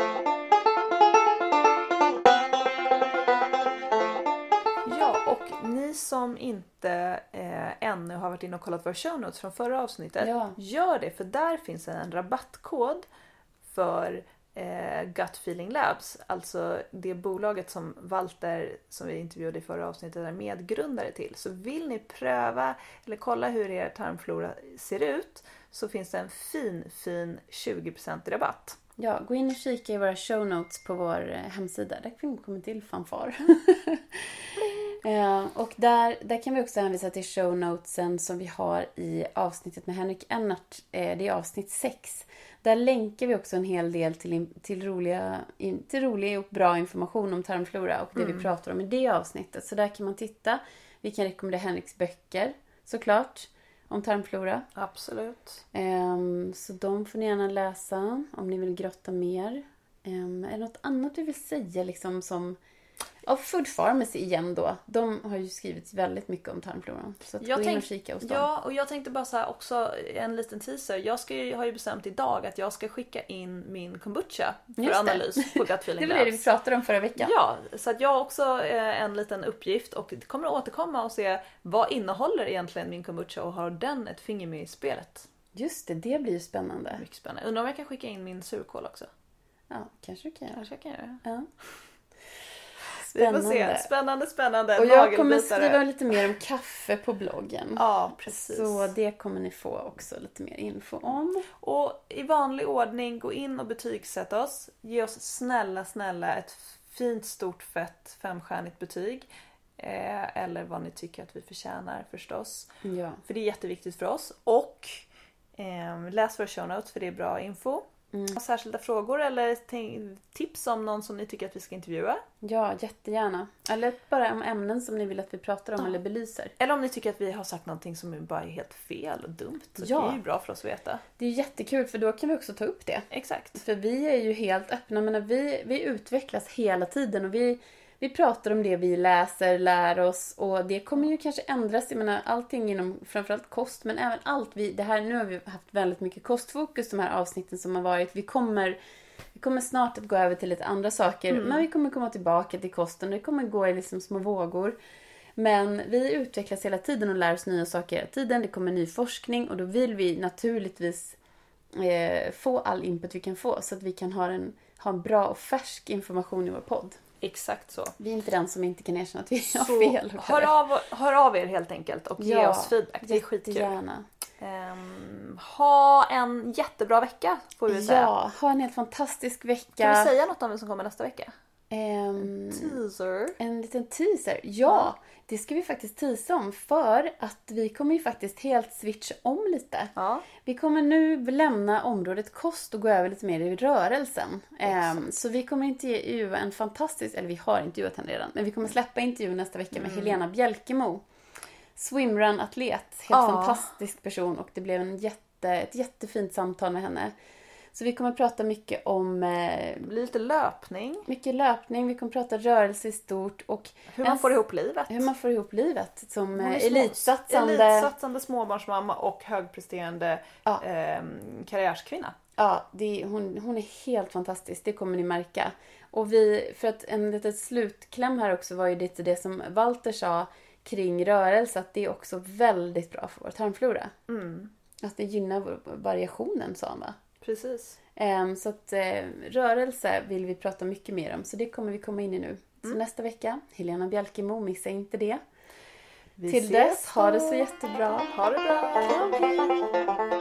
Ja, och ni som inte ännu har varit inne och kollat våra show notes från förra avsnittet. Ja. Gör det, för där finns en rabattkod för Gut Feeling Labs. Alltså det bolaget som Walter, som vi intervjuade i förra avsnittet, är medgrundare till. Så vill ni pröva eller kolla hur er tarmflora ser ut, så finns det en fin 20% rabatt. Ja, gå in och kika i våra show notes på vår hemsida. Där kan vi komma till fanfar. Och där kan vi också hänvisa till show notesen som vi har i avsnittet med Henrik Ennart. Det är avsnitt 6. Där länkar vi också en hel del till rolig och bra information om tarmflora och det vi pratar om i det avsnittet. Så där kan man titta. Vi kan rekommendera Henriks böcker, såklart, om tarmflora. Absolut. Så de får ni gärna läsa om ni vill grotta mer. Är det något annat du vill säga liksom som... Ja, Food Pharmacy igen då. De har ju skrivit väldigt mycket om tarmfloran. Så att gå in och kika hos dem. Ja, och jag tänkte bara så här också en liten teaser. Jag har ju bestämt idag att jag ska skicka in min kombucha för analys på Gut Feeling Labs. Det var det vi pratade om förra veckan. Ja, så att jag har också en liten uppgift och kommer att återkomma och se vad innehåller egentligen min kombucha och har den ett finger med i spelet. Just det blir ju spännande. Mycket spännande. Undrar om jag kan skicka in min surkål också. Ja, kanske du kan göra. Kanske jag kan göra. Ja. Spännande. Vi får se. Spännande. Och jag kommer skriva lite mer om kaffe på bloggen. Ja, precis. Så det kommer ni få också lite mer info om. Och i vanlig ordning, gå in och betygsätt oss. Ge oss snälla ett fint, stort, fett 5-stjärnigt betyg. Eller vad ni tycker att vi förtjänar förstås. Ja. För det är jätteviktigt för oss. Och läs våra show notes för det är bra info. Särskilda frågor eller tips om någon som ni tycker att vi ska intervjua? Ja, jättegärna. Eller bara om ämnen som ni vill att vi pratar om eller belyser. Eller om ni tycker att vi har sagt någonting som bara är helt fel och dumt. Så det är ju bra för oss att veta. Det är jättekul för då kan vi också ta upp det. Exakt. För vi är ju helt öppna. Men vi utvecklas hela tiden och vi pratar om det vi läser, lär oss och det kommer ju kanske ändras. Jag menar, allting inom framförallt kost men även allt. Nu har vi haft väldigt mycket kostfokus de här avsnitten som har varit. Vi kommer snart att gå över till lite andra saker men vi kommer komma tillbaka till kosten. Det kommer gå i liksom små vågor. Men vi utvecklas hela tiden och lär oss nya saker hela tiden. Det kommer ny forskning och då vill vi naturligtvis få all input vi kan få så att vi kan ha en bra och färsk information i vår podd. Exakt så. Vi är inte den som inte kan erkänna att vi har fel. Hör av er helt enkelt och ge oss feedback. Det är skitkul. Gärna. Ha en jättebra vecka får vi säga. Ja, ha en helt fantastisk vecka. Kan vi säga något om det som kommer nästa vecka? Teaser. En liten teaser. Ja, det ska vi faktiskt teasa om för att vi kommer ju faktiskt helt switcha om lite. Ja. Vi kommer nu lämna området kost och gå över lite mer i rörelsen. Så vi kommer intervjua en fantastisk, eller vi har intervjuat henne redan, men vi kommer släppa intervjun nästa vecka med Helena Bjälkemo. Swimrun-atlet, helt fantastisk person och det blev ett jättefint samtal med henne. Så vi kommer prata mycket om... lite löpning. Mycket löpning. Vi kommer prata rörelse i stort. Och hur man får ihop livet. Hur man får ihop livet. Som elitsatsande småbarnsmamma och högpresterande karriärskvinna. Ja, hon är helt fantastisk. Det kommer ni märka. Och för att en liten slutkläm här också var ju det som Walter sa kring rörelse. Att det är också väldigt bra för vår tarmflora. Att det gynnar variationen, sa han, va? Precis. Så att rörelse vill vi prata mycket mer om. Så det kommer vi komma in i nu. Så nästa vecka, Helena Bjälkemo, missa inte det. Till dess, ha det så jättebra. Ha det bra. Hej.